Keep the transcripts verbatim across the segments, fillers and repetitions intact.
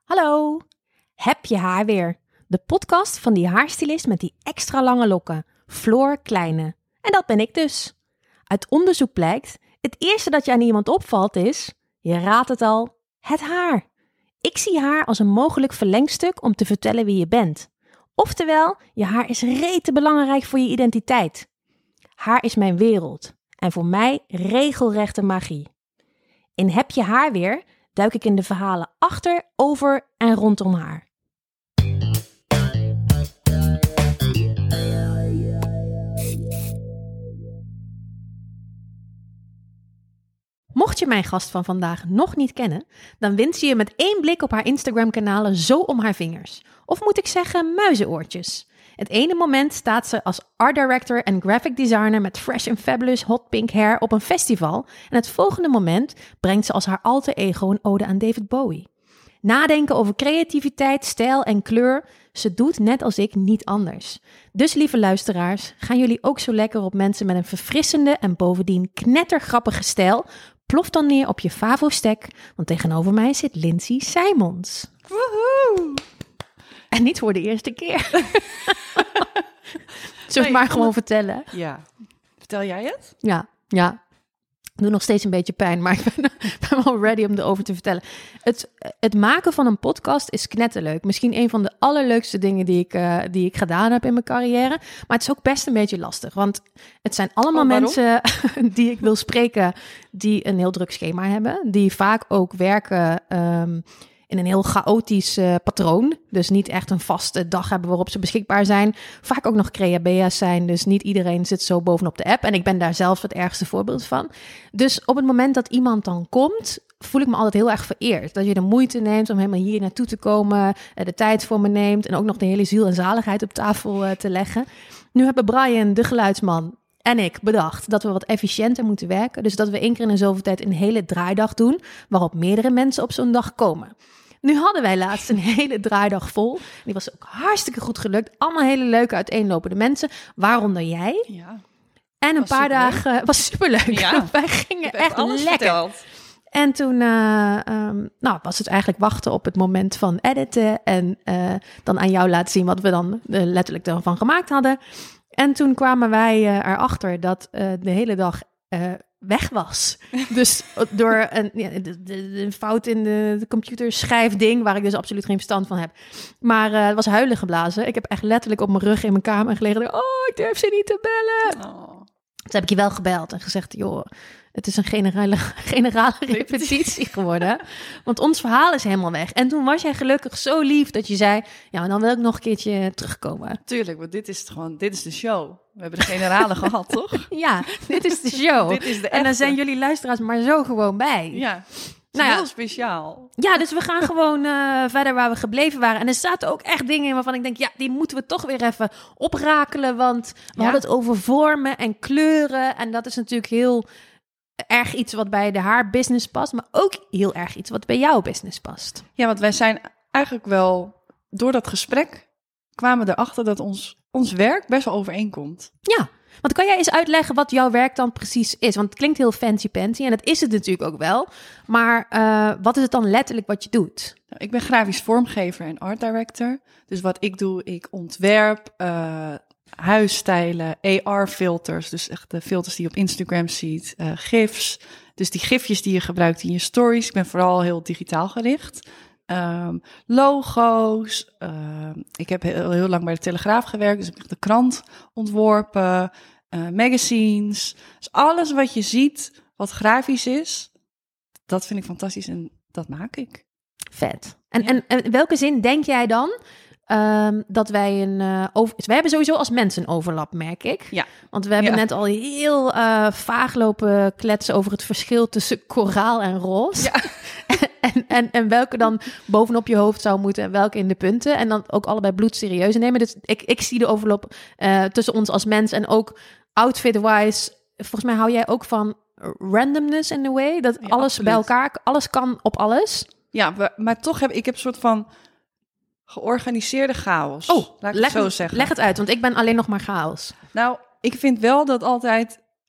Hallo, heb je haar weer? De podcast van die haarstylist met die extra lange lokken, Floor Kleine. En dat ben ik dus. Uit onderzoek blijkt, het eerste dat je aan iemand opvalt is, je raadt het al, het haar. Ik zie haar als een mogelijk verlengstuk om te vertellen wie je bent. Oftewel, je haar is rete belangrijk voor je identiteit. Haar is mijn wereld en voor mij regelrechte magie. In Heb je haar weer duik ik in de verhalen achter, over en rondom haar. Mocht je mijn gast van vandaag nog niet kennen, dan wint ze je met één blik op haar Instagram-kanalen zo om haar vingers. Of moet ik zeggen muizenoortjes. Het ene moment staat ze als art director en graphic designer met fresh and fabulous hot pink hair op een festival. En het volgende moment brengt ze als haar alter ego een ode aan David Bowie. Nadenken over creativiteit, stijl en kleur, ze doet net als ik niet anders. Dus lieve luisteraars, gaan jullie ook zo lekker op mensen met een verfrissende en bovendien knettergrappige stijl? Plof dan neer op je favo-stek, want tegenover mij zit Lindsay Simons. Woehoe! En niet voor de eerste keer. Zullen we maar gewoon vertellen? Ja. Vertel jij het? Ja, ja. Doe nog steeds een beetje pijn, maar ik ben, ben wel ready om erover te vertellen. Het, het maken van een podcast is knetterleuk. Misschien een van de allerleukste dingen die ik, uh, die ik gedaan heb in mijn carrière. Maar het is ook best een beetje lastig. Want het zijn allemaal oh, mensen die ik wil spreken die een heel druk schema hebben. Die vaak ook werken Um, in een heel chaotisch uh, patroon. Dus niet echt een vaste dag hebben waarop ze beschikbaar zijn. Vaak ook nog creabea's zijn. Dus niet iedereen zit zo bovenop de app. En ik ben daar zelf het ergste voorbeeld van. Dus op het moment dat iemand dan komt, voel ik me altijd heel erg vereerd. Dat je de moeite neemt om helemaal hier naartoe te komen. De tijd voor me neemt. En ook nog de hele ziel en zaligheid op tafel uh, te leggen. Nu hebben Brian, de geluidsman, en ik bedacht dat we wat efficiënter moeten werken. Dus dat we één keer in de zoveel tijd een hele draaidag doen, waarop meerdere mensen op zo'n dag komen. Nu hadden wij laatst een hele draaidag vol. Die was ook hartstikke goed gelukt. Allemaal hele leuke uiteenlopende mensen, waaronder jij. Ja. En een was paar superleuk. dagen was superleuk. Ja. Wij gingen echt alles lekker. Verteld. En toen uh, um, nou, was het eigenlijk wachten op het moment van editen en uh, dan aan jou laten zien wat we dan uh, letterlijk ervan gemaakt hadden. En toen kwamen wij uh, erachter dat uh, de hele dag uh, weg was. Dus door een, ja, de, de, de fout in de, de computerschrijfding, waar ik dus absoluut geen verstand van heb. Maar uh, het was huilen geblazen. Ik heb echt letterlijk op mijn rug in mijn kamer gelegen. Oh, ik durf ze niet te bellen. Oh. Toen heb ik je wel gebeld en gezegd, joh, het is een generale, generale repetitie geworden. Want ons verhaal is helemaal weg. En toen was jij gelukkig zo lief dat je zei, ja, maar dan wil ik nog een keertje terugkomen. Tuurlijk, want dit is het gewoon, dit is de show. We hebben de generale gehad, toch? Ja, dit is de show. Dit is de en dan echte. zijn jullie luisteraars maar zo gewoon bij. Ja, Nou ja. heel speciaal. Ja, dus we gaan gewoon uh, verder waar we gebleven waren. En er zaten ook echt dingen in waarvan ik denk, ja, die moeten we toch weer even oprakelen. Want we Ja. hadden het over vormen en kleuren. En dat is natuurlijk heel erg iets wat bij de haarbusiness past. Maar ook heel erg iets wat bij jouw business past. Ja, want wij zijn eigenlijk wel, door dat gesprek kwamen we erachter dat ons, ons werk best wel overeenkomt. Ja, want kan jij eens uitleggen wat jouw werk dan precies is? Want het klinkt heel fancy-panty en dat is het natuurlijk ook wel. Maar uh, wat is het dan letterlijk wat je doet? Nou, ik ben grafisch vormgever en art director. Dus wat ik doe, ik ontwerp uh, huisstijlen, A R-filters. Dus echt de filters die je op Instagram ziet, uh, gifs. Dus die gifjes die je gebruikt in je stories. Ik ben vooral heel digitaal gericht. Um, logo's. Uh, ik heb heel, heel lang bij de Telegraaf gewerkt, dus ik heb de krant ontworpen. Uh, magazines. Dus alles wat je ziet, wat grafisch is, dat vind ik fantastisch en dat maak ik. Vet. En, Ja. en, en in welke zin denk jij dan um, dat wij een uh, over... We hebben sowieso als mensen een overlap, merk ik. Ja. Want we hebben Ja. net al heel uh, vaag lopen kletsen over het verschil tussen koraal en roze. Ja. en, en, en welke dan bovenop je hoofd zou moeten en welke in de punten. En dan ook allebei bloedserieus nemen. Dus ik, ik zie de overlap uh, tussen ons als mens en ook outfit-wise. Volgens mij hou jij ook van randomness in a way. Dat Ja, alles absoluut. bij elkaar, alles kan op alles. Ja, maar, maar toch heb ik heb een soort van georganiseerde chaos. Oh, laat ik leg, het zo zeggen. leg het uit, want ik ben alleen nog maar chaos. Nou, ik vind wel dat altijd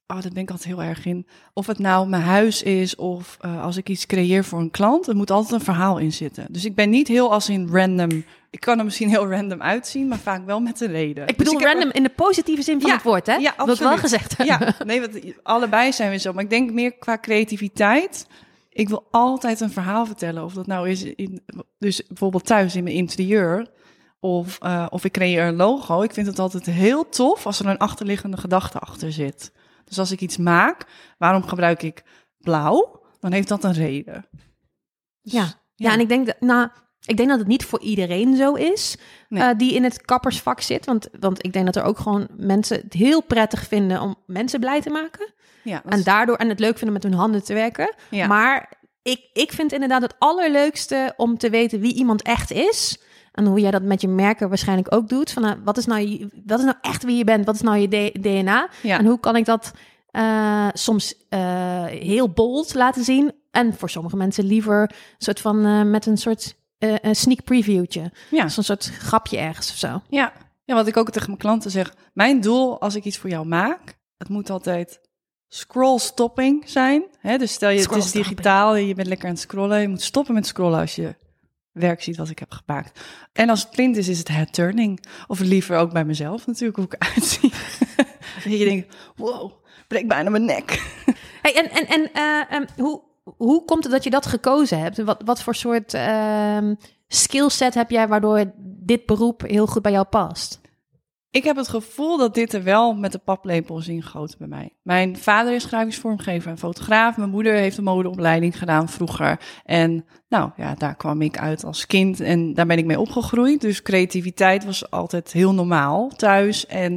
oh, daar ben ik altijd heel erg in. Of het nou mijn huis is of uh, als ik iets creëer voor een klant, er moet altijd een verhaal in zitten. Dus ik ben niet heel als in random. Ik kan er misschien heel random uitzien, maar vaak wel met een reden. Ik bedoel dus ik random heb... in de positieve zin van ja, het woord, hè? Ja, absoluut. Dat wel gezegd hebben. Ja, nee, want allebei zijn we zo. Maar ik denk meer qua creativiteit. Ik wil altijd een verhaal vertellen. Of dat nou is, in, dus bijvoorbeeld thuis in mijn interieur. Of, uh, of ik creëer een logo. Ik vind het altijd heel tof als er een achterliggende gedachte achter zit. Dus als ik iets maak, waarom gebruik ik blauw? Dan heeft dat een reden. Dus, ja. Ja. ja, en ik denk dat, nou, ik denk dat het niet voor iedereen zo is nee. uh, die in het kappersvak zit. Want, want ik denk dat er ook gewoon mensen het heel prettig vinden om mensen blij te maken. Ja, en daardoor en het leuk vinden met hun handen te werken. Ja. Maar ik, ik vind inderdaad het allerleukste om te weten wie iemand echt is. En hoe jij dat met je merken waarschijnlijk ook doet. Van, nou, wat, is nou, wat is nou echt wie je bent? Wat is nou je D N A? Ja. En hoe kan ik dat uh, soms uh, heel bold laten zien? En voor sommige mensen liever een soort van uh, met een soort uh, een sneak previewtje. Ja. Zo'n soort grapje ergens of zo. Ja. Ja, wat ik ook tegen mijn klanten zeg. Mijn doel als ik iets voor jou maak, het moet altijd scroll stopping zijn. Hè? Dus stel je, het is digitaal en je bent lekker aan het scrollen. Je moet stoppen met scrollen als je werk ziet wat ik heb gemaakt. En als het print is, is het head turning. Of liever ook bij mezelf natuurlijk, hoe ik uitzie. Dat je denkt, wow, breek bijna mijn nek. Hey, en en, en uh, um, hoe, hoe komt het dat je dat gekozen hebt? Wat, wat voor soort uh, skillset heb jij waardoor dit beroep heel goed bij jou past? Ik heb het gevoel dat dit er wel met de paplepel is ingegoten bij mij. Mijn vader is grafisch vormgever en fotograaf. Mijn moeder heeft een modeopleiding gedaan vroeger. En nou ja, daar kwam ik uit als kind en daar ben ik mee opgegroeid. Dus creativiteit was altijd heel normaal thuis. En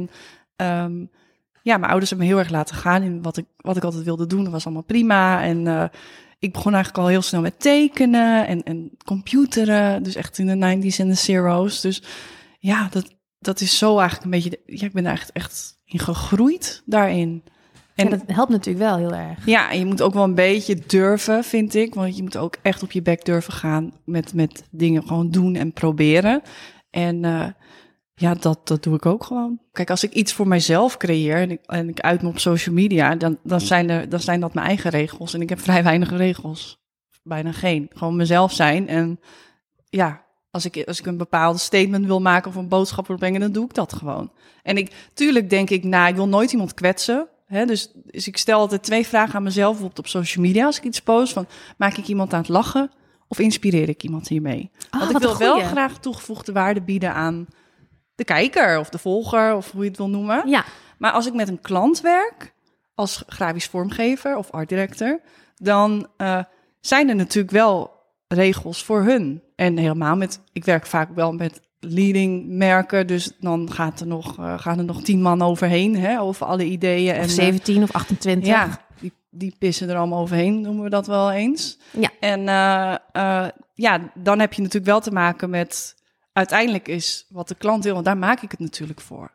um, ja, mijn ouders hebben me heel erg laten gaan in wat ik, wat ik altijd wilde doen. Dat was allemaal prima. En uh, ik begon eigenlijk al heel snel met tekenen en, en computeren. Dus echt in de nineties en de zero's. Dus ja, dat... Dat is zo eigenlijk een beetje... Ja, ik ben daar echt, echt in gegroeid daarin. En ja, dat helpt natuurlijk wel heel erg. Ja, en je moet ook wel een beetje durven, vind ik. Want je moet ook echt op je bek durven gaan met, met dingen gewoon doen en proberen. En uh, ja, dat, dat doe ik ook gewoon. Kijk, als ik iets voor mijzelf creëer en ik, en ik uit me op social media... Dan, dan, zijn er, dan zijn dat mijn eigen regels. En ik heb vrij weinig regels. Bijna geen. Gewoon mezelf zijn en ja... Als ik, als ik een bepaald statement wil maken of een boodschap wil brengen, dan doe ik dat gewoon. En ik, tuurlijk denk ik, nou, ik wil nooit iemand kwetsen. Hè? Dus, dus ik stel altijd twee vragen aan mezelf, bijvoorbeeld op social media als ik iets post. Van, maak ik iemand aan het lachen of inspireer ik iemand hiermee? Oh, Want ik wil wel graag toegevoegde waarde bieden aan de kijker of de volger of hoe je het wil noemen. Ja. Maar als ik met een klant werk, als grafisch vormgever of art director, dan uh, zijn er natuurlijk wel regels voor hun. En helemaal met, ik werk vaak wel met leading merken, dus dan gaat er nog, uh, gaan er nog tien man overheen, hè, over alle ideeën. Of en zeventien uh, of achtentwintig. Ja, die, die pissen er allemaal overheen, noemen we dat wel eens. Ja. En uh, uh, ja, dan heb je natuurlijk wel te maken met, uiteindelijk is wat de klant wil, want daar maak ik het natuurlijk voor.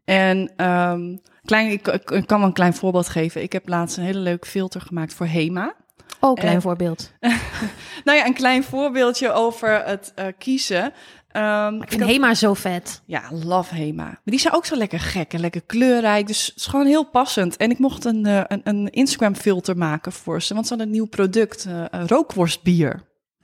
En um, klein, ik, ik kan wel een klein voorbeeld geven. Ik heb laatst een hele leuke filter gemaakt voor Hema. Oh, klein en, voorbeeld. Nou ja, een klein voorbeeldje over het uh, kiezen. Um, ik vind ik Hema had... zo vet. Ja, love Hema. Maar die zijn ook zo lekker gek en lekker kleurrijk. Dus het is gewoon heel passend. En ik mocht een, uh, een, een Instagram filter maken voor ze. Want ze hadden een nieuw product, uh, een rookworstbier.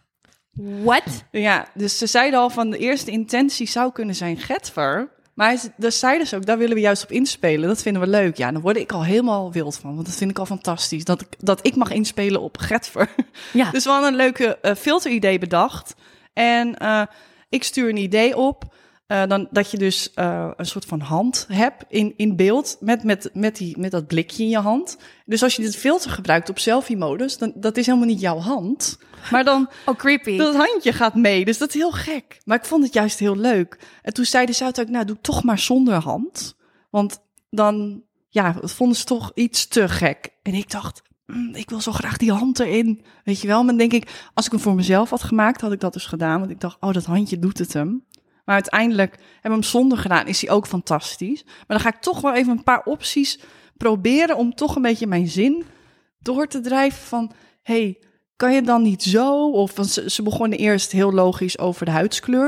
What? Ja, dus ze zeiden al van de eerste intentie zou kunnen zijn Getver. Maar dat zeiden ze ook, daar willen we juist op inspelen. Dat vinden we leuk. Ja, dan word ik al helemaal wild van. Want dat vind ik al fantastisch. Dat ik, dat ik mag inspelen op Getver. Ja. Dus we hadden een leuke uh, filteridee bedacht. En uh, ik stuur een idee op. Uh, dan, dat je dus uh, een soort van hand hebt in, in beeld. Met, met, met, die, met dat blikje in je hand. Dus als je dit filter gebruikt op selfie-modus. Dan, dat is helemaal niet jouw hand. Maar dan, oh, creepy. Dat handje gaat mee, dus dat is heel gek. Maar ik vond het juist heel leuk. En toen zeiden ze ook, nou, doe toch maar zonder hand. Want dan, ja, dat vonden ze toch iets te gek. En ik dacht, mm, ik wil zo graag die hand erin. Weet je wel, maar dan denk ik, als ik hem voor mezelf had gemaakt, had ik dat dus gedaan. Want ik dacht, oh, dat handje doet het hem. Maar uiteindelijk hebben we hem zonder gedaan, is hij ook fantastisch. Maar dan ga ik toch wel even een paar opties proberen om toch een beetje mijn zin door te drijven van, hey, kan je dan niet zo? Of ze, ze begonnen eerst heel logisch over de huidskleur.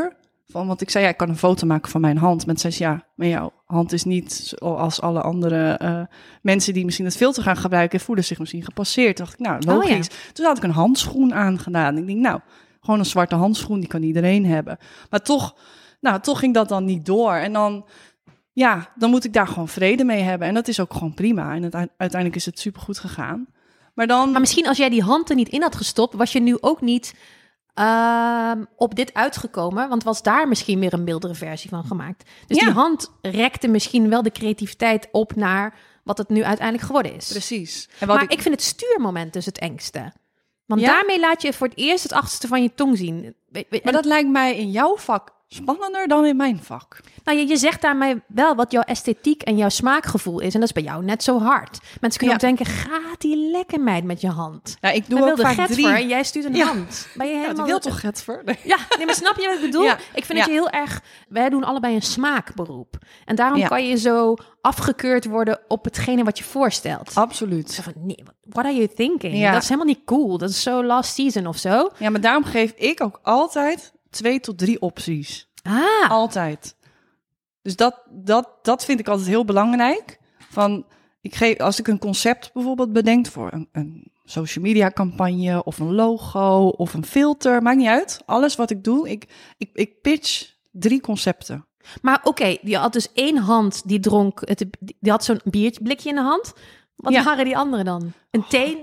Van, want ik zei, ja, ik kan een foto maken van mijn hand. Men zei, ja, maar jouw hand is niet zoals alle andere uh, mensen die misschien het filter gaan gebruiken, voelen zich misschien gepasseerd. Toen dacht ik, nou, logisch. Oh, ja. Toen had ik een handschoen aangedaan. Ik denk, nou, gewoon een zwarte handschoen, die kan iedereen hebben. Maar toch, nou, toch ging dat dan niet door. En dan, ja, dan moet ik daar gewoon vrede mee hebben. En dat is ook gewoon prima. En het, uiteindelijk is het supergoed gegaan. Maar dan... Maar misschien als jij die hand er niet in had gestopt, was je nu ook niet uh, op dit uitgekomen. Want was daar misschien weer een mildere versie van gemaakt. Dus ja. die hand rekte misschien wel de creativiteit op naar wat het nu uiteindelijk geworden is. Precies. En wat maar ik... ik vind het stuurmoment dus het engste. Want ja? daarmee laat je voor het eerst het achterste van je tong zien. Maar en... dat lijkt mij in jouw vak spannender dan in mijn vak. Nou, je, je zegt daarmee wel wat jouw esthetiek en jouw smaakgevoel is. En dat is bij jou net zo hard. Mensen kunnen ja. ook denken, gaat die lekker meid met je hand? Ja, ik doe Hij ook vaak Getver, drie. En jij stuurt een ja. hand. Ben je helemaal... Ja, die wil toch Getver? Nee. Ja, nee, maar snap je wat ik bedoel? Ja. Ik vind ja. dat je heel erg... Wij doen allebei een smaakberoep. En daarom ja. kan je zo afgekeurd worden op hetgene wat je voorstelt. Absoluut. Zo van, nee, what are you thinking? Ja. Dat is helemaal niet cool. Dat is zo last season of zo. Ja, maar daarom geef ik ook altijd twee tot drie opties. Ah. Altijd. Dus dat, dat, dat vind ik altijd heel belangrijk. Van, ik geef, als ik een concept bijvoorbeeld bedenk voor een, een social media campagne of een logo of een filter, maakt niet uit. Alles wat ik doe, ik, ik, ik pitch drie concepten. Maar oké, okay, je had dus één hand die dronk, het, die had zo'n bierblikje in de hand. Wat ja. waren die andere dan? Een teen?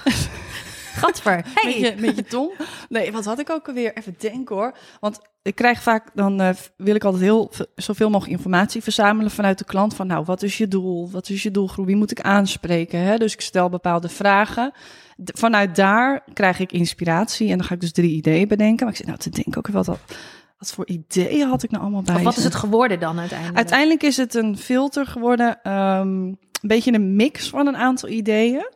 Gadver. Hey. Met, je, met je tong? Nee, wat had ik ook alweer? Even denken hoor. Want ik krijg vaak, dan uh, wil ik altijd heel zoveel mogelijk informatie verzamelen vanuit de klant. Van nou, wat is je doel? Wat is je doelgroep? Wie moet ik aanspreken? Hè? Dus ik stel bepaalde vragen. D- vanuit daar krijg ik inspiratie. En dan ga ik dus drie ideeën bedenken. Maar ik zit nou te denken ook wat, wat, wat voor ideeën had ik nou allemaal bij. Of wat is het geworden dan uiteindelijk? Uiteindelijk is het een filter geworden. Um, een beetje een mix van een aantal ideeën.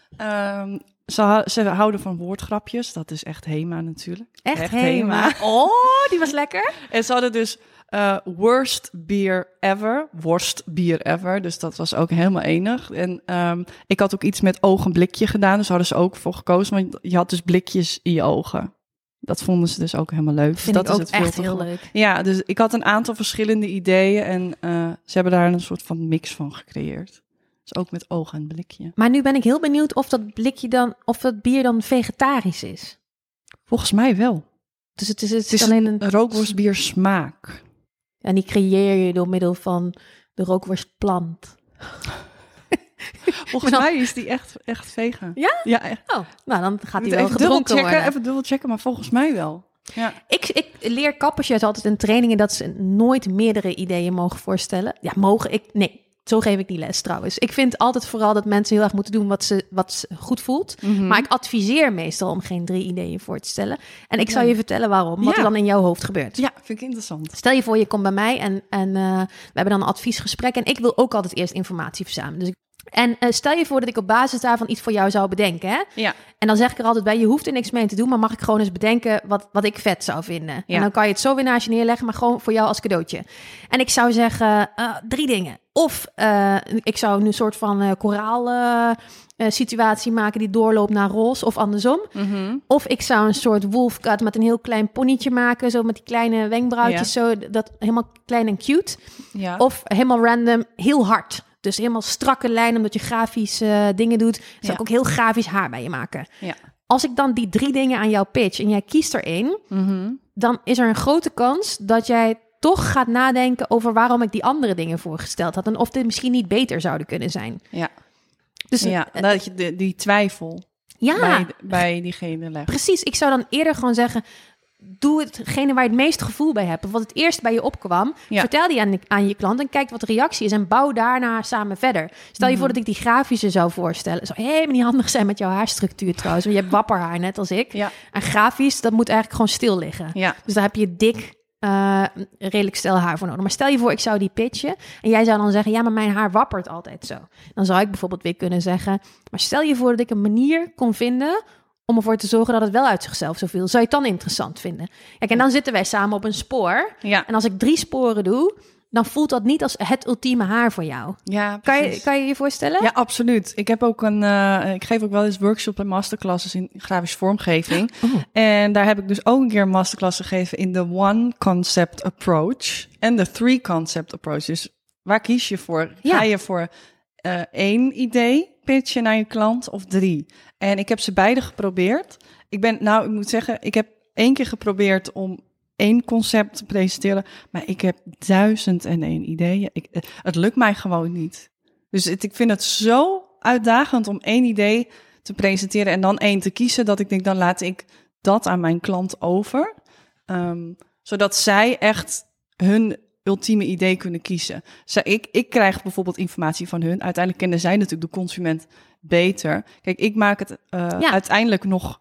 Um, Ze, ze houden van woordgrapjes. Dat is echt Hema natuurlijk. Echt, echt Hema. Hema. Oh, die was lekker. En ze hadden dus uh, worst beer ever. Worst beer ever. Dus dat was ook helemaal enig. En um, ik had ook iets met ogenblikje gedaan. Dus hadden ze ook voor gekozen. Want je had dus blikjes in je ogen. Dat vonden ze dus ook helemaal leuk. Vind dat ik is ook het echt heel leuk. Ja, dus ik had een aantal verschillende ideeën. En uh, ze hebben daar een soort van mix van gecreëerd. Dus ook met oog en blikje. Maar nu ben ik heel benieuwd of dat blikje dan, of dat bier dan vegetarisch is. Volgens mij wel. Dus het is, het het is alleen een, een rookworstbier smaak. En die creëer je door middel van de rookworstplant. Volgens dan... mij is die echt, echt vegan. Ja? Ja, echt. Oh, nou dan gaat die wel gedronken worden. Even dubbel checken, maar volgens mij wel. Ja. Ik, ik leer kappersjes altijd in trainingen dat ze nooit meerdere ideeën mogen voorstellen. Ja, mogen ik... Nee. Zo geef ik die les trouwens. Ik vind altijd vooral dat mensen heel erg moeten doen wat ze, wat ze goed voelt. Mm-hmm. Maar ik adviseer meestal om geen drie ideeën voor te stellen. En ik ja. zal je vertellen waarom. Wat ja. er dan in jouw hoofd gebeurt. Ja, vind ik interessant. Stel je voor, je komt bij mij en, en uh, we hebben dan een adviesgesprek. En ik wil ook altijd eerst informatie verzamelen. Dus ik, en uh, stel je voor dat ik op basis daarvan iets voor jou zou bedenken. Hè? Ja. En dan zeg ik er altijd bij, je hoeft er niks mee te doen. Maar mag ik gewoon eens bedenken wat, wat ik vet zou vinden. Ja. En dan kan je het zo weer naast je neerleggen. Maar gewoon voor jou als cadeautje. En ik zou zeggen, uh, drie dingen. Of uh, ik zou nu een soort van uh, koraal uh, uh, situatie maken die doorloopt naar roze of andersom. Mm-hmm. Of ik zou een soort wolfcut met een heel klein ponnetje maken. Zo met die kleine wenkbrauwtjes. Ja. Zo, dat helemaal klein en cute. Ja. Of helemaal random, heel hard. Dus helemaal strakke lijn, omdat je grafisch uh, dingen doet. Zou ja. ik ook heel grafisch haar bij je maken. Ja. Als ik dan die drie dingen aan jou pitch en jij kiest er één, mm-hmm. dan is er een grote kans dat jij toch gaat nadenken over waarom ik die andere dingen voorgesteld had. En of dit misschien niet beter zouden kunnen zijn. Ja, dus, ja uh, dat je de, die twijfel ja, bij, bij diegene legt. Precies, ik zou dan eerder gewoon zeggen, doe hetgene waar je het meeste gevoel bij hebt. Of wat het eerst bij je opkwam. Ja. Vertel die aan, de, aan je klant en kijk wat de reactie is. En bouw daarna samen verder. Stel je mm-hmm. voor dat ik die grafische zou voorstellen. Zou helemaal niet handig zijn met jouw haarstructuur trouwens. Want je hebt wapperhaar net als ik. Ja. En grafisch, dat moet eigenlijk gewoon stil liggen. Ja. Dus daar heb je dik, uh, redelijk stel haar voor nodig. Maar stel je voor, ik zou die pitchen. En jij zou dan zeggen, ja, maar mijn haar wappert altijd zo. Dan zou ik bijvoorbeeld weer kunnen zeggen, maar stel je voor dat ik een manier kon vinden om ervoor te zorgen dat het wel uit zichzelf zoveel. Zou je het dan interessant vinden? Kijk, en dan zitten wij samen op een spoor. Ja. En als ik drie sporen doe, dan voelt dat niet als het ultieme haar voor jou. Ja, Kan je, precies. kan je je voorstellen? Ja, absoluut. Ik heb ook een, uh, ik geef ook wel eens workshops en masterclasses in grafische vormgeving. Oh. En daar heb ik dus ook een keer een masterclass gegeven in de one concept approach en de three concept approach. Dus waar kies je voor? Ja. Ga je voor uh, één idee pitchen naar je klant of drie? En ik heb ze beide geprobeerd. Ik ben, nou, ik moet zeggen, ik heb één keer geprobeerd om één concept te presenteren, maar ik heb duizend en één ideeën. Ik, het lukt mij gewoon niet. Dus het, ik vind het zo uitdagend om één idee te presenteren en dan één te kiezen, dat ik denk, dan laat ik dat aan mijn klant over. Um, zodat zij echt hun ultieme idee kunnen kiezen. Zij, ik, ik krijg bijvoorbeeld informatie van hun. Uiteindelijk kennen zij natuurlijk de consument beter. Kijk, ik maak het uh, ja. uiteindelijk nog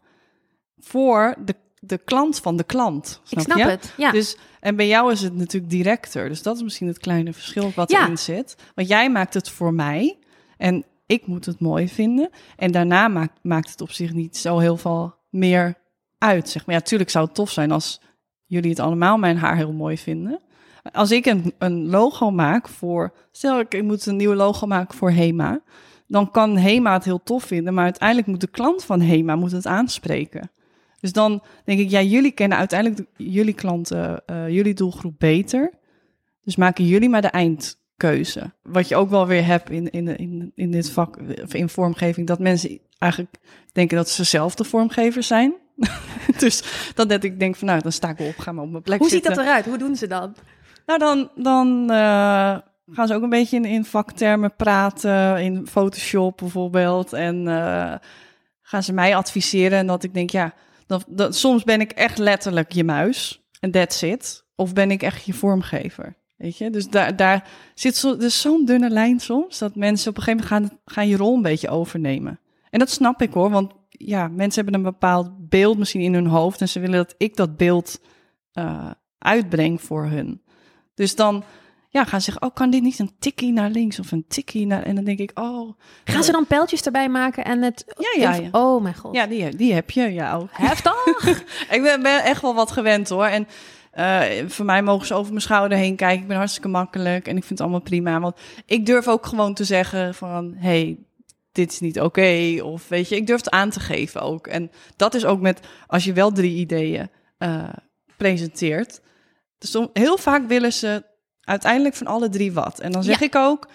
voor de, de klant van de klant. Snap ik snap je? het, ja. Dus, en bij jou is het natuurlijk directer. Dus dat is misschien het kleine verschil wat ja. erin zit. Want jij maakt het voor mij en ik moet het mooi vinden. En daarna maakt, maakt het op zich niet zo heel veel meer uit. Zeg maar. Ja, tuurlijk zou het tof zijn als jullie het allemaal mijn haar heel mooi vinden. Als ik een, een logo maak voor... Stel, ik, ik moet een nieuwe logo maken voor Hema. Dan kan Hema het heel tof vinden. Maar uiteindelijk moet de klant van Hema moet het aanspreken. Dus dan denk ik, ja, jullie kennen uiteindelijk jullie klanten, uh, jullie doelgroep beter. Dus maken jullie maar de eindkeuze. Wat je ook wel weer hebt in, in, in, in dit vak, of in vormgeving, dat mensen eigenlijk denken dat ze zelf de vormgevers zijn. Dus dat net ik denk van, nou, dan sta ik op, ga maar op mijn plek Hoe zitten. ziet dat eruit? Hoe doen ze dat? Nou, dan, dan uh, gaan ze ook een beetje in, in vaktermen praten, in Photoshop bijvoorbeeld. En uh, gaan ze mij adviseren en dat ik denk, ja, dat, dat, soms ben ik echt letterlijk je muis en that's it. Of ben ik echt je vormgever, weet je? Dus daar, daar zit zo, dus zo'n dunne lijn soms, dat mensen op een gegeven moment gaan, gaan je rol een beetje overnemen. En dat snap ik hoor, want ja, mensen hebben een bepaald beeld misschien in hun hoofd en ze willen dat ik dat beeld uh, uitbreng voor hun. Dus dan ja, gaan ze zeggen, oh, kan dit niet een tikkie naar links of een tikkie naar... En dan denk ik, oh... Gaan uh, ze dan pijltjes erbij maken en het... Ja, ja, ja. Oh, mijn god. Ja, die, die heb je, ja ook. Heftig! Ik ben, ben echt wel wat gewend, hoor. En uh, voor mij mogen ze over mijn schouder heen kijken. Ik ben hartstikke makkelijk en ik vind het allemaal prima. Want ik durf ook gewoon te zeggen van... hey, dit is niet oké. Okay, of weet je, ik durf het aan te geven ook. En dat is ook met, als je wel drie ideeën uh, presenteert... Dus heel vaak willen ze uiteindelijk van alle drie wat. En dan zeg ja. ik ook,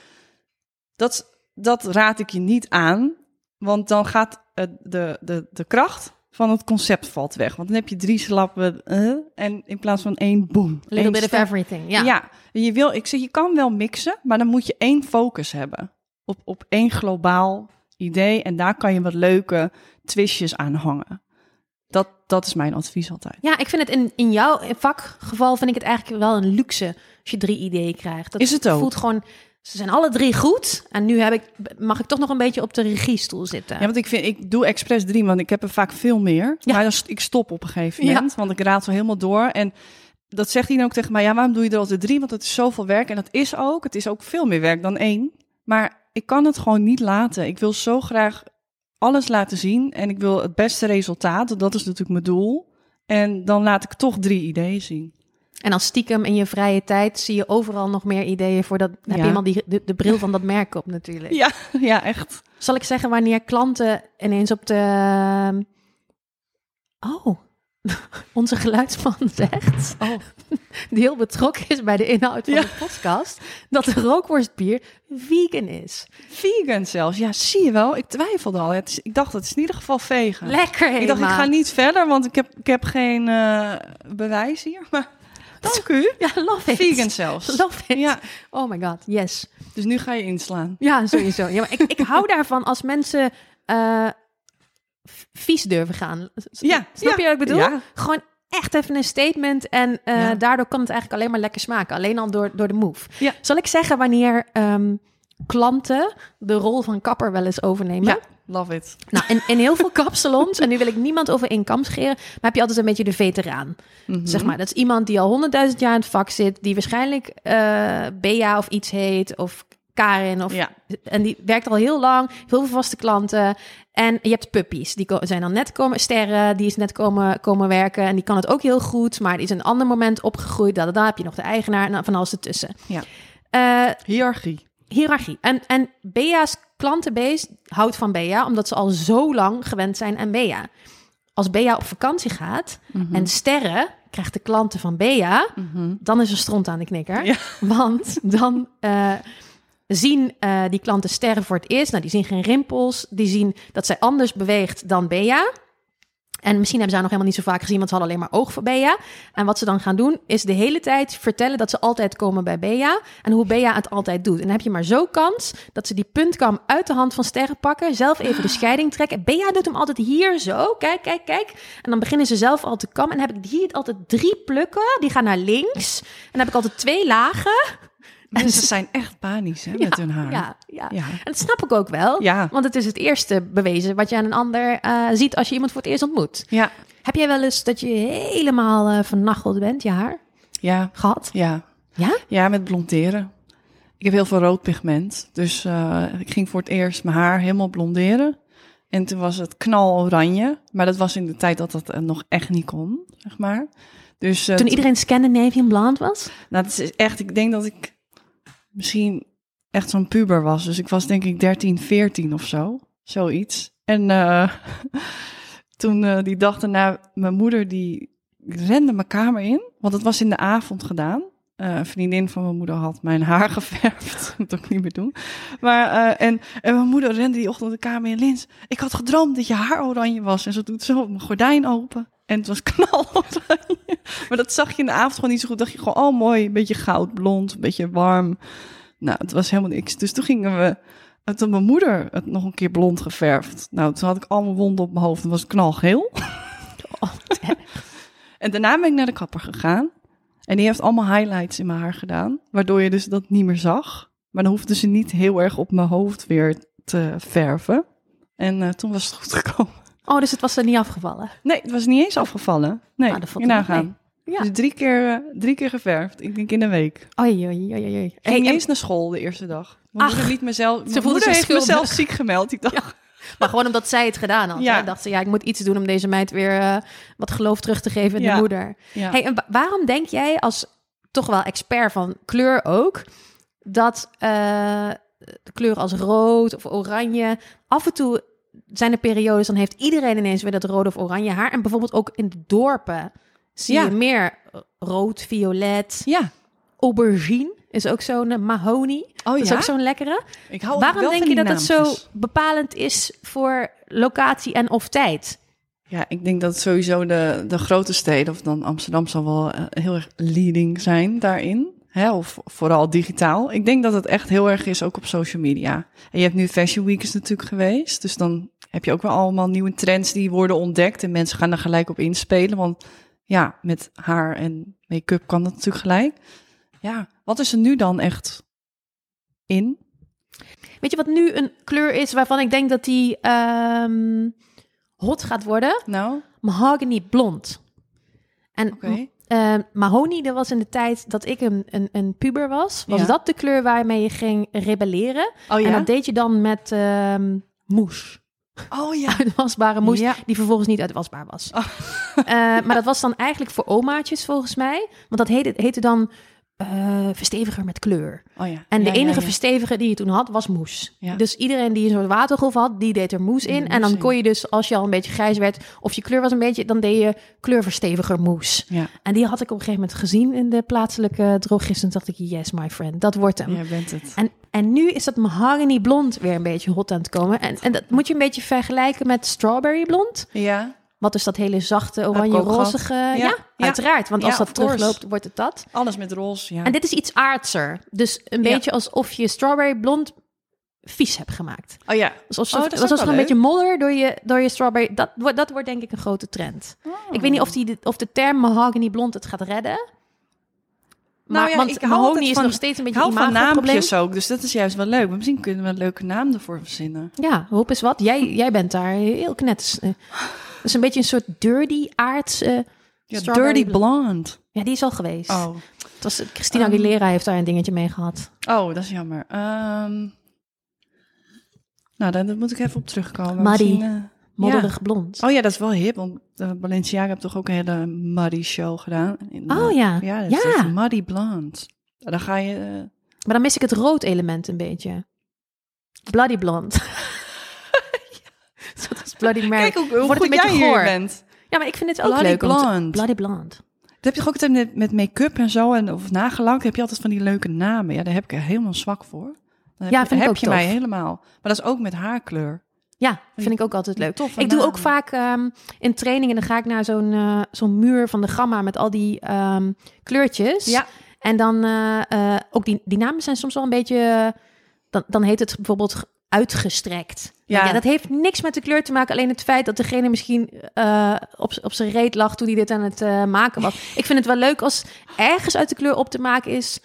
dat, dat raad ik je niet aan. Want dan gaat uh, de, de, de kracht van het concept valt weg. Want dan heb je drie slappen uh, en in plaats van één boom. A little bit of everything, ja. Ja, je, wil, ik zeg, je kan wel mixen, maar dan moet je één focus hebben. Op, op één globaal idee. En daar kan je wat leuke twistjes aan hangen. Dat, dat is mijn advies altijd. Ja, ik vind het in, in jouw vakgeval vind ik het eigenlijk wel een luxe als je drie ideeën krijgt. Dat is het ook. Voelt gewoon, ze zijn alle drie goed. En nu heb ik, mag ik toch nog een beetje op de regiestoel zitten. Ja, want ik vind, ik doe expres drie, want ik heb er vaak veel meer. Ja. Maar dan, ik stop op een gegeven moment, ja. want ik raad zo helemaal door. En dat zegt hij dan ook tegen mij, ja, waarom doe je er altijd drie? Want het is zoveel werk en dat is ook. Het is ook veel meer werk dan één. Maar ik kan het gewoon niet laten. Ik wil zo graag alles laten zien en ik wil het beste resultaat. Dat is natuurlijk mijn doel. En dan laat ik toch drie ideeën zien. En als stiekem in je vrije tijd zie je overal nog meer ideeën voor dat. Ja. Heb je helemaal die, de, de bril van dat merk op natuurlijk. Ja, ja, echt. Zal ik zeggen wanneer klanten ineens op de... Oh, onze geluidsman zegt, oh. die heel betrokken is bij de inhoud van ja. de podcast, dat de rookworstbier vegan is. Vegan zelfs, ja, zie je wel. Ik twijfelde al. Het is, ik dacht, het is in ieder geval vegan. Lekker, Hema. Ik dacht, ik ga niet verder, want ik heb, ik heb geen uh, bewijs hier, maar dank u. Ja, love it. Vegan zelfs. Love it. Ja. Oh my god, yes. Dus nu ga je inslaan. Ja, sowieso. Ja, maar ik, ik hou daarvan als mensen... Uh, vies durven gaan. Ja, Snap ja, je wat ik bedoel? Ja. Gewoon echt even een statement en uh, ja. daardoor kan het eigenlijk alleen maar lekker smaken. Alleen al door, door de move. Ja. Zal ik zeggen wanneer um, klanten de rol van kapper wel eens overnemen? Ja, love it. Nou, in, in heel veel kapsalons, en nu wil ik niemand over één kam scheren, maar heb je altijd een beetje de veteraan. Mm-hmm. Zeg maar, dat is iemand die al honderdduizend jaar in het vak zit, die waarschijnlijk uh, Bea of iets heet, of Karin. Of, Ja. En die werkt al heel lang, heel veel vaste klanten. En je hebt puppies, die ko- zijn dan net komen, sterren, die is net komen, komen werken. En die kan het ook heel goed, maar die is een ander moment opgegroeid. Dan heb je nog de eigenaar en van alles ertussen. Ja. Uh, Hiërarchie. Hiërarchie. En, en Bea's klantenbase houdt van Bea, omdat ze al zo lang gewend zijn aan Bea. Als Bea op vakantie gaat Mm-hmm. en Sterre krijgt de klanten van Bea, Mm-hmm. dan is er stront aan de knikker. Ja. Want dan uh, zien uh, die klanten Sterre voor het eerst. Nou, die zien geen rimpels. Die zien dat zij anders beweegt dan Bea. En misschien hebben ze haar nog helemaal niet zo vaak gezien, want ze hadden alleen maar oog voor Bea. En wat ze dan gaan doen, is de hele tijd vertellen dat ze altijd komen bij Bea. En hoe Bea het altijd doet. En dan heb je maar zo kans dat ze die puntkam uit de hand van Sterre pakken. Zelf even de scheiding trekken. Bea doet hem altijd hier zo. Kijk, kijk, kijk. En dan beginnen ze zelf al te kammen. En dan heb ik hier altijd drie plukken. Die gaan naar links. En dan heb ik altijd twee lagen. En ze zijn echt panisch hè, met ja, hun haar. Ja, ja. Ja. En dat snap ik ook wel. Ja. Want het is het eerste bewezen wat je aan een ander uh, ziet als je iemand voor het eerst ontmoet. Ja. Heb jij wel eens dat je helemaal uh, vernacheld bent, je haar? Ja. Gehad? Ja. Ja? Ja, met blonderen. Ik heb heel veel rood pigment. Dus uh, ik ging voor het eerst mijn haar helemaal blonderen. En toen was het knaloranje. Maar dat was in de tijd dat dat uh, nog echt niet kon, zeg maar. Dus, uh, toen iedereen Scandinavian blond was? Nou, het is echt, ik denk dat ik misschien echt zo'n puber was. Dus ik was denk ik dertien, veertien of zo. Zoiets. En uh, toen uh, die dag daarna, mijn moeder die rende mijn kamer in. Want het was in de avond gedaan. Uh, een vriendin van mijn moeder had mijn haar geverfd. Dat moet ik ook niet meer doen. Maar, uh, en, en mijn moeder rende die ochtend de kamer in. Lins, ik had gedroomd dat je haar oranje was. En ze doet zo mijn gordijn open. En het was knaloranje. Maar dat zag je in de avond gewoon niet zo goed. Dacht je gewoon, oh mooi, een beetje goudblond, een beetje warm. Nou, het was helemaal niks. Dus toen gingen we, toen had mijn moeder het nog een keer blond geverfd. Nou, toen had ik allemaal wonden op mijn hoofd en was het knalgeel. Oh, en daarna ben ik naar de kapper gegaan. En die heeft allemaal highlights in mijn haar gedaan. Waardoor je dus dat niet meer zag. Maar dan hoefde ze niet heel erg op mijn hoofd weer te verven. En uh, toen was het goed gekomen. Oh, dus het was er niet afgevallen? Nee, het was niet eens afgevallen. Nee, ah, dat valt je nagaan. Ja. Dus drie keer, uh, drie keer geverfd. Ik denk in een week. Oei, oei, oei, oei. Ik ging niet eens naar school de eerste dag. Mijn Ach, moeder liet mezelf, mijn ze voelde moeder zich heeft schuldig. mezelf ziek gemeld. Ik dacht, Ja. Maar gewoon omdat zij het gedaan had. Ja. Hè? Dacht ze, ja, ik moet iets doen om deze meid weer uh, wat geloof terug te geven in Ja. de moeder. ja. Hey, en wa- waarom denk jij als toch wel expert van kleur ook, dat uh, de kleur als rood of oranje, af en toe zijn er periodes, dan heeft iedereen ineens weer dat rode of oranje haar. En bijvoorbeeld ook in de dorpen zie Ja. je meer rood, violet, ja. aubergine is ook zo'n uh, mahogany. Oh Dat is ja? ook zo'n lekkere. Ik hou Waarom wel denk van je die dat het zo naampjes. bepalend is voor locatie en of tijd? Ja, ik denk dat sowieso de, de grote steden, of dan Amsterdam, zal wel uh, heel erg leading zijn daarin. Hè? Of vooral digitaal. Ik denk dat het echt heel erg is ook op social media. En je hebt nu Fashion Week is natuurlijk geweest. Dus dan heb je ook wel allemaal nieuwe trends die worden ontdekt. En mensen gaan er gelijk op inspelen. Want ja, met haar en make-up kan dat natuurlijk gelijk. Ja, wat is er nu dan echt in? Weet je wat nu een kleur is waarvan ik denk dat die um, hot gaat worden? Nou? Mahogany blond. En Oké. uh, mahogany, dat was in de tijd dat ik een, een, een puber was. Was Ja. dat de kleur waarmee je ging rebelleren? Oh ja? En dat deed je dan met um, mousse. Oh ja. Uitwasbare mousse, Ja. die vervolgens niet uitwasbaar was. Oh. Uh, maar dat was dan eigenlijk voor omaatjes volgens mij. Want dat heette, heette dan uh, versteviger met kleur. Oh ja. En de Ja, enige ja, ja. versteviger die je toen had, was mousse. Ja. Dus iedereen die een soort watergolf had, die deed er mousse Die in. deed En dan mousse kon in. je dus, als je al een beetje grijs werd, of je kleur was een beetje, dan deed je kleurversteviger mousse. Ja, En die had ik op een gegeven moment gezien in de plaatselijke drogist. En dacht ik, yes, my friend, dat wordt hem. jij bent het. En, en nu is dat mahogany blond weer een beetje hot aan het komen. En, en dat moet je een beetje vergelijken met strawberry blond. Ja, Wat is dat hele zachte, ook oranje-rozige? Ja, Ja, ja. uiteraard. Want als Ja, dat of course. terugloopt, wordt het dat. alles met roze, ja. En dit is iets aardser. Dus een Ja. beetje alsof je strawberry blond vies hebt gemaakt. Oh ja. Dus alsof, Oh, dat is alsof ook er wel een beetje modder door je, door je strawberry... Dat, wordt- dat wordt denk ik een grote trend. Oh. Ik weet niet of, die, of de term mahogany blond het gaat redden. Maar, Nou ja, want ik hou mahogany altijd is van- nog steeds een Ik beetje hou een van imagoprobleem. naampjes ook, dus dat is juist wel leuk. Maar misschien kunnen we een leuke naam ervoor verzinnen. Ja, hoop eens wat. Jij, jij bent daar heel knetters. eh. Dat is een beetje een soort dirty aards... eh, Ja, Strawberry Dirty Bl- Blonde. Ja, die is al geweest. Oh, Het was, Christina Um, Aguilera heeft daar een dingetje mee gehad. oh dat is jammer. Um, nou, daar, daar moet ik even op terugkomen. Muddy. Misschien, uh, Modderig ja. blond. Oh ja, dat is wel hip, want uh, Balenciaga heeft toch ook een hele muddy show gedaan. In, uh, Oh ja. Ja, dat Ja. is echt Muddy Blonde. Dan ga je... Uh, Maar dan mis ik het rood element een beetje. Bloody blond. Zoals als Bloody Mary. Kijk hoe, hoe Wordt goed het een jij beetje hier goor. bent. Ja, maar ik vind het ook Bloody leuk. om te- blonde. Bloody blond. Dat heb je toch ook altijd met, met make-up en zo, en, of nagelakt, heb je altijd van die leuke namen. Ja, daar heb ik er helemaal zwak voor. Dan heb Ja, je, vind ik heb ook je tof. mij helemaal. Maar dat is ook met haarkleur. Ja, vind ik ook altijd leuk. Toffe Ik doe ook namen. vaak um, in trainingen, dan ga ik naar zo'n uh, zo'n muur van de Gamma met al die um, kleurtjes. Ja. En dan uh, uh, ook die, die namen zijn soms wel een beetje, uh, dan, dan heet het bijvoorbeeld uitgestrekt. Ja. Ja, dat heeft niks met de kleur te maken. Alleen het feit dat degene misschien uh, op, op zijn reet lag toen hij dit aan het uh, maken was. Ik vind het wel leuk als ergens uit de kleur op te maken is.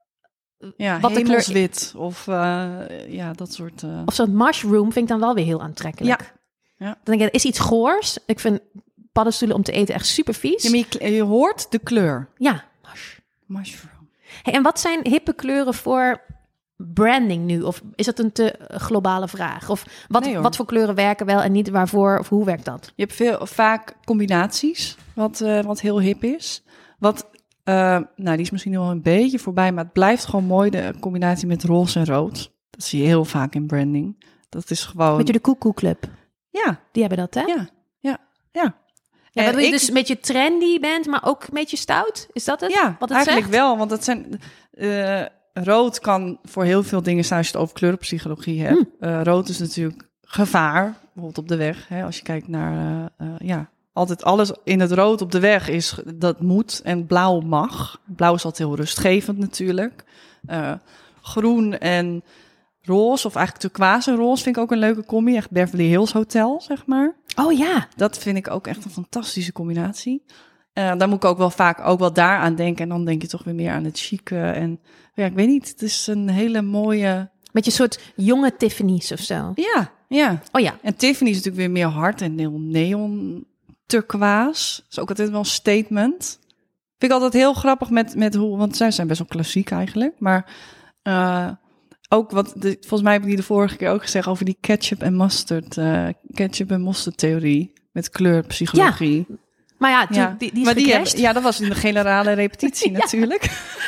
Ja, Wat de kleur- hemelswit of uh, ja, dat soort... Uh... Of zo'n mushroom vind ik dan wel weer heel aantrekkelijk. Ja. Ja. Dan denk ik, dat is iets goors. Ik vind paddenstoelen om te eten echt super vies. Ja, maar je, je hoort de kleur. Ja. Mush. Mushroom. Hey, en wat zijn hippe kleuren voor branding nu? Of is dat een te globale vraag? Of wat, Nee, hoor. wat voor kleuren werken wel en niet waarvoor? Of hoe werkt dat? Je hebt veel, vaak combinaties, wat, uh, wat heel hip is. Wat, uh, nou, die is misschien wel een beetje voorbij, maar het blijft gewoon mooi, de combinatie met roze en rood. Dat zie je heel vaak in branding. Dat is gewoon... Weet je, de Cuckoo Club, Ja, die hebben dat, hè? ja, ja, ja. Ja, En waardoor je ik- dus een beetje trendy bent, maar ook een beetje stout? Is dat het? Ja, wat het eigenlijk zegt? wel, want dat zijn... Uh, rood kan voor heel veel dingen staan als je het over kleurenpsychologie hebt. Hmm. Uh, rood is natuurlijk gevaar, bijvoorbeeld op de weg. Hè, als je kijkt naar, uh, uh, ja, altijd alles in het rood op de weg is, dat moet. En blauw mag. Blauw is altijd heel rustgevend natuurlijk. Uh, groen en roze, of eigenlijk turquoise en roze vind ik ook een leuke combi. Echt Beverly Hills Hotel, zeg maar. Oh ja. Dat vind ik ook echt een fantastische combinatie. Uh, daar moet ik ook wel vaak ook wel daaraan denken. En dan denk je toch weer meer aan het chique. En ja, ik weet niet. Het is een hele mooie... Met je soort jonge Tiffany's of zo. Ja, ja. Oh ja. En Tiffany is natuurlijk weer meer hard en heel neon turquoise. Dat is ook altijd wel een statement. Vind ik altijd heel grappig met, met hoe... Want zij zijn best wel klassiek eigenlijk. Maar uh, ook wat... De, volgens mij heb ik die de vorige keer ook gezegd over die ketchup en mustard. Uh, ketchup en mustard theorie. Met kleurpsychologie. Ja. Maar ja, toen, Ja, die, die is maar die gecrashed. hebben, ja, dat was in de generale repetitie Ja. natuurlijk.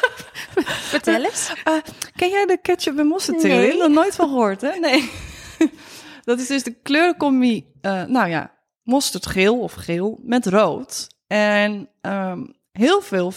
Vertel eens. Uh, ken jij de ketchup en mosterd theorie? Nee. Ik heb er nooit van gehoord, hè? Nee. Dat is dus de kleurencombi, uh, nou ja, mosterdgeel of geel met rood. En um, heel veel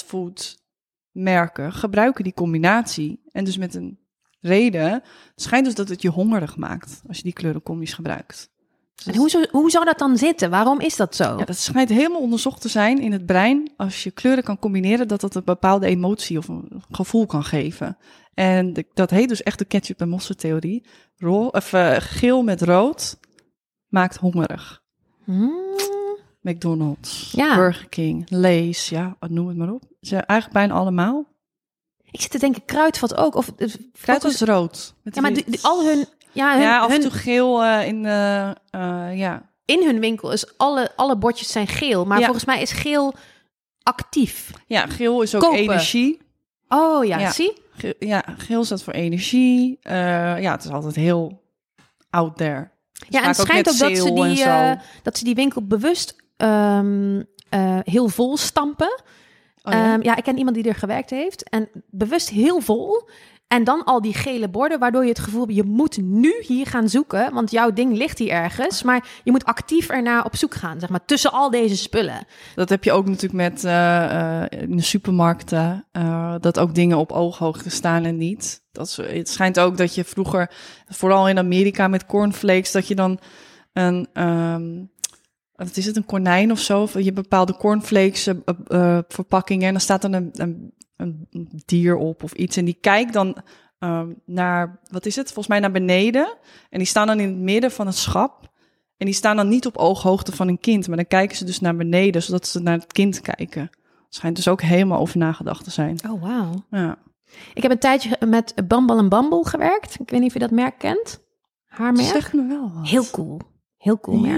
fastfoodmerken gebruiken die combinatie. En dus met een reden, het schijnt dus dat het je hongerig maakt als je die kleurencombi's gebruikt. En hoe, zou- hoe zou dat dan zitten? Waarom is dat zo? Ja, dat schijnt helemaal onderzocht te zijn in het brein. Als je kleuren kan combineren, dat dat een bepaalde emotie of een gevoel kan geven. En de, dat heet dus echt de ketchup en mosterd theorie. Ro- of, uh, geel met rood maakt hongerig. Hmm. McDonald's, Ja. Burger King, Lay's, ja, noem het maar op. Ze eigenlijk bijna allemaal. Ik zit te denken, Kruidvat ook. Of, eh, Kruid focus- is rood. Met Ja, maar wit. die- die- al hun... Ja, hun, ja, af en hun, toe geel uh, in, uh, uh, ja. in hun winkel is alle, alle bordjes zijn geel. Maar Ja. volgens mij is geel actief. Ja, geel is ook Kopen. energie. Oh ja, Ja. zie? Ge- Ja, geel staat voor energie. Uh, ja, het is altijd heel out there. Ja, en het vaak ook schijnt met ook dat ze, sale en die, zo. eh, dat ze die winkel bewust ehm, eh, heel vol stampen. Oh, ja? Ehm, ja, ik ken iemand die er gewerkt heeft. En bewust heel vol. En dan al die gele borden, waardoor je het gevoel hebt, je moet nu hier gaan zoeken, want jouw ding ligt hier ergens. Maar je moet actief ernaar op zoek gaan, zeg maar, tussen al deze spullen. Dat heb je ook natuurlijk met uh, uh, in de supermarkten. Uh, dat ook dingen op ooghoogte staan en niet. Dat is, het schijnt ook dat je vroeger, vooral in Amerika met cornflakes, dat je dan een... Um, wat is het, een konijn of zo? Of je hebt bepaalde cornflakes uh, uh, verpakkingen en dan staat dan een, een, een dier op of iets. En die kijkt dan um, naar, wat is het? Volgens mij naar beneden. En die staan dan in het midden van het schap. En die staan dan niet op ooghoogte van een kind. Maar dan kijken ze dus naar beneden, zodat ze naar het kind kijken. Schijnt dus ook helemaal over nagedacht te zijn. Oh, wauw. Ja. Ik heb een tijdje met Bumble en Bumble gewerkt. Ik weet niet of je dat merk kent. Haarmerk. Zeg me wel wat. Heel cool. Heel cool Ja. merk.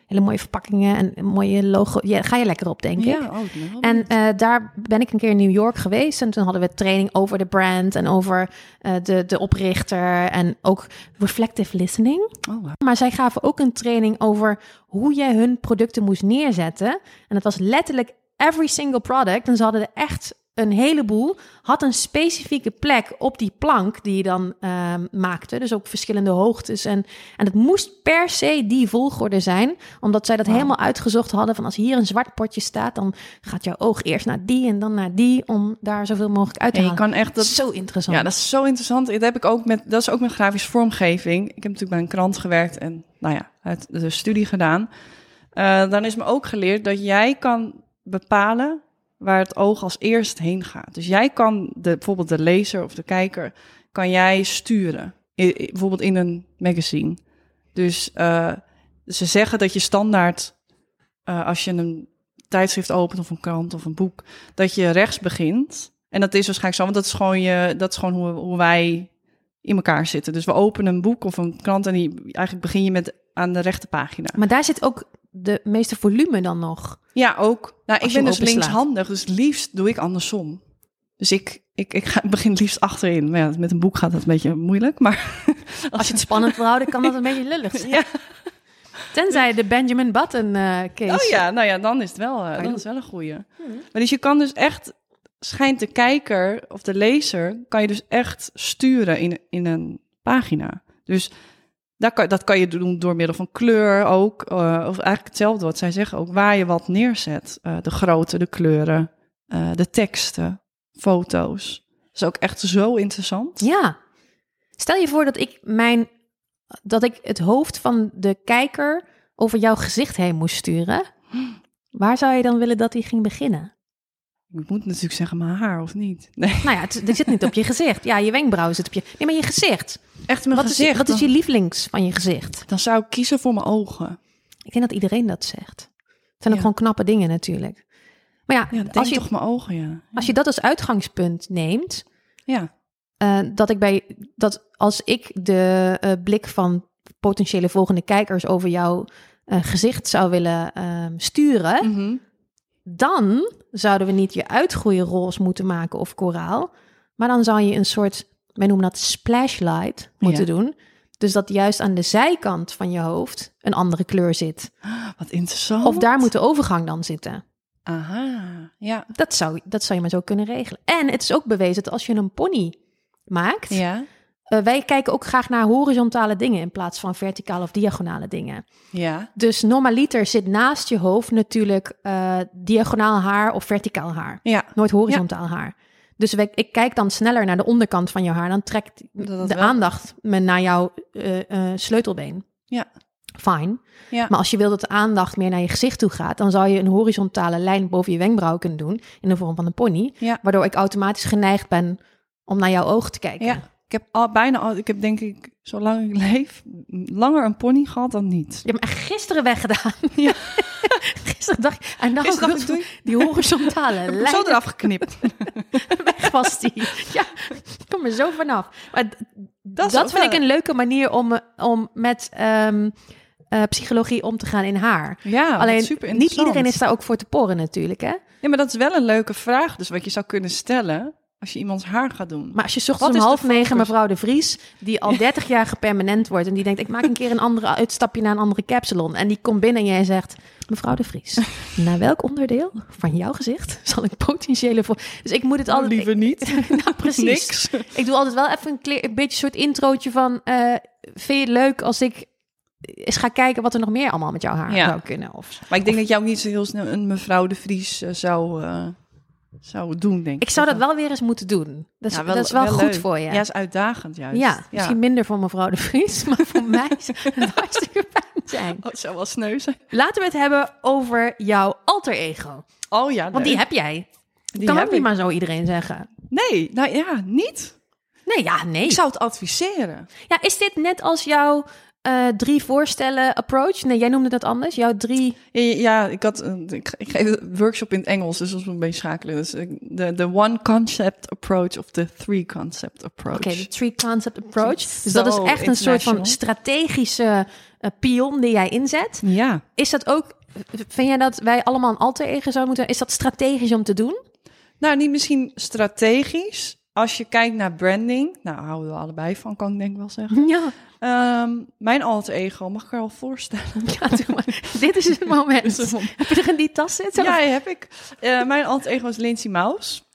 hele mooie verpakkingen en een mooie logo. Ja, ga je lekker op, denk ik. Ja, oh, nou, en uh, daar ben ik een keer in New York geweest. En toen hadden we training over de brand en over uh, de, de oprichter. En ook reflective listening. Oh, wow. Maar zij gaven ook een training over hoe je hun producten moest neerzetten. En dat was letterlijk every single product. En ze hadden er echt een heleboel. Had een specifieke plek op die plank die je dan uh, maakte. Dus ook verschillende hoogtes. En, en het moest per se die volgorde zijn. Omdat zij dat wow. helemaal uitgezocht hadden. Van als hier een zwart potje staat, dan gaat jouw oog eerst naar die en dan naar die. Om daar zoveel mogelijk uit te ja, halen. Je kan echt dat, zo interessant. Ja, dat is zo interessant. Dat heb ik ook met, dat is ook met grafische vormgeving. Ik heb natuurlijk bij een krant gewerkt en nou ja, uit de studie gedaan. Uh, dan is me ook geleerd dat jij kan bepalen waar het oog als eerst heen gaat. Dus jij kan de, bijvoorbeeld de lezer of de kijker, kan jij sturen. I, I, bijvoorbeeld in een magazine. Dus uh, ze zeggen dat je standaard, uh, als je een tijdschrift opent of een krant of een boek, dat je rechts begint. En dat is waarschijnlijk zo, want dat is gewoon, je, dat is gewoon hoe, hoe wij in elkaar zitten. Dus we openen een boek of een krant en die, eigenlijk begin je met aan de rechte pagina. Maar daar zit ook de meeste volume dan nog. Ja, ook. Nou, ik ben dus openslaat. linkshandig, dus het liefst doe ik andersom. Dus ik, ik, ik, ga, ik begin het liefst achterin. Maar ja, met een boek gaat dat een beetje moeilijk. Maar als, als je het spannend wil houden, kan dat een beetje lullig zijn. Ja. Tenzij de Benjamin Button uh, case. Oh ja, nou ja, dan is het wel, uh, dan is het wel een goeie. Hmm. Maar dus je kan dus echt, schijnt de kijker of de lezer, kan je dus echt sturen in, in een pagina. Dus dat kan, dat kan je doen door middel van kleur ook. Uh, of eigenlijk hetzelfde wat zij zeggen ook. Waar je wat neerzet. Uh, de grootte, de kleuren, uh, de teksten, foto's. Dat is ook echt zo interessant. Ja. Stel je voor dat ik mijn... dat ik het hoofd van de kijker over jouw gezicht heen moest sturen. Waar zou je dan willen dat hij ging beginnen? Ik moet natuurlijk zeggen mijn haar, of niet? Nee. Nou ja, het, het zit niet op je gezicht. Ja, je wenkbrauw zit op je... Nee, maar je gezicht. Echt mijn wat gezicht. Is, wat is je lievelings van je gezicht? Dan zou ik kiezen voor mijn ogen. Ik denk dat iedereen dat zegt. Het zijn ook ja. gewoon knappe dingen natuurlijk. Maar ja, ja denk als je, toch mijn ogen, ja. ja. Als je dat als uitgangspunt neemt... Ja. Uh, dat ik bij... dat als ik de uh, blik van potentiële volgende kijkers over jouw uh, gezicht zou willen uh, sturen... Mm-hmm. Dan zouden we niet je uitgroeien roze moeten maken of koraal. Maar dan zou je een soort, wij noemen dat splashlight, moeten ja. doen. Dus dat juist aan de zijkant van je hoofd een andere kleur zit. Wat interessant. Of daar moet de overgang dan zitten. Aha, ja. Dat zou, dat zou je maar zo kunnen regelen. En het is ook bewezen dat als je een pony maakt... Ja. Uh, wij kijken ook graag naar horizontale dingen in plaats van verticale of diagonale dingen. Ja. Dus normaliter zit naast je hoofd natuurlijk uh, diagonaal haar of verticaal haar. Ja. Nooit horizontaal ja. haar. Dus wij, ik kijk dan sneller naar de onderkant van jouw haar. Dan trekt dat dat de wel. aandacht me naar jouw uh, uh, sleutelbeen. Ja. Fine. Ja. Maar als je wil dat de aandacht meer naar je gezicht toe gaat... dan zou je een horizontale lijn boven je wenkbrauw kunnen doen... in de vorm van een pony. Ja. Waardoor ik automatisch geneigd ben om naar jouw oog te kijken. Ja. Ik heb al bijna al, ik heb denk ik, zolang ik leef, langer een pony gehad dan niet. Je hebt me gisteren weggedaan. Ja. Gisteren dacht ik, en dan gisteren dacht ik, die horizontale lijn. Zo eraf geknipt. Weg was die. Ja, ik kom er zo vanaf. Maar dat, dat vind wel. ik een leuke manier om, om met um, uh, psychologie om te gaan in haar. Ja, alleen super niet iedereen is daar ook voor te poren natuurlijk, hè? Ja, maar dat is wel een leuke vraag, dus wat je zou kunnen stellen... als je iemands haar gaat doen. Maar als je zocht om half negen mevrouw de Vries... die al dertig jaar gepermanent wordt... en die denkt, ik maak een keer een andere uitstapje naar een andere capsalon... en die komt binnen en jij zegt... mevrouw de Vries, naar welk onderdeel van jouw gezicht... zal ik potentiële... voor? Dus ik moet het nou, altijd... liever niet. Ik, nou, precies. Niks. Ik doe altijd wel even een, kleer, een beetje soort introotje van... Uh, vind je het leuk als ik eens ga kijken... wat er nog meer allemaal met jouw haar ja. zou kunnen? Of, maar ik denk of, dat jij ook niet zo heel snel... een mevrouw de Vries uh, zou... Uh... zou doen, denk ik. Ik zou dat wel weer eens moeten doen. Dat is, ja, wel, dat is wel, wel goed leuk. voor je. Ja, is uitdagend juist. Ja, ja, misschien minder voor mevrouw de Vries, maar voor mij is het hartstikke fijn zijn. Oh, het zou wel sneu zijn. Laten we het hebben over jouw alter ego. Oh ja, want die heb jij. Die kan heb ook niet ik. maar zo iedereen zeggen. Nee, nou ja, niet. Nee, ja, nee. Ik zou het adviseren. Ja, is dit net als jouw uh, drie voorstellen approach. Nee, jij noemde dat anders. Jouw drie... Ja, ja ik, had, uh, ik, ik geef een workshop in het Engels, dus dat is een beetje schakelen. Dus de uh, one concept approach of de three concept approach. Oké, okay, de three concept approach. Dus so dat is echt een soort van strategische uh, pion die jij inzet. Ja. Is dat ook... Vind jij dat wij allemaal een alter ego zouden moeten... Is dat strategisch om te doen? Nou, niet misschien strategisch. Als je kijkt naar branding, nou houden we allebei van, kan ik denk wel zeggen. Ja. Um, mijn alter ego, mag ik er al voorstellen? Ja, doe maar. Dit is het moment. Is het moment. Heb je er in die tas zitten? Ja, heb ik. Uh, mijn alter ego is Lindsay Maus.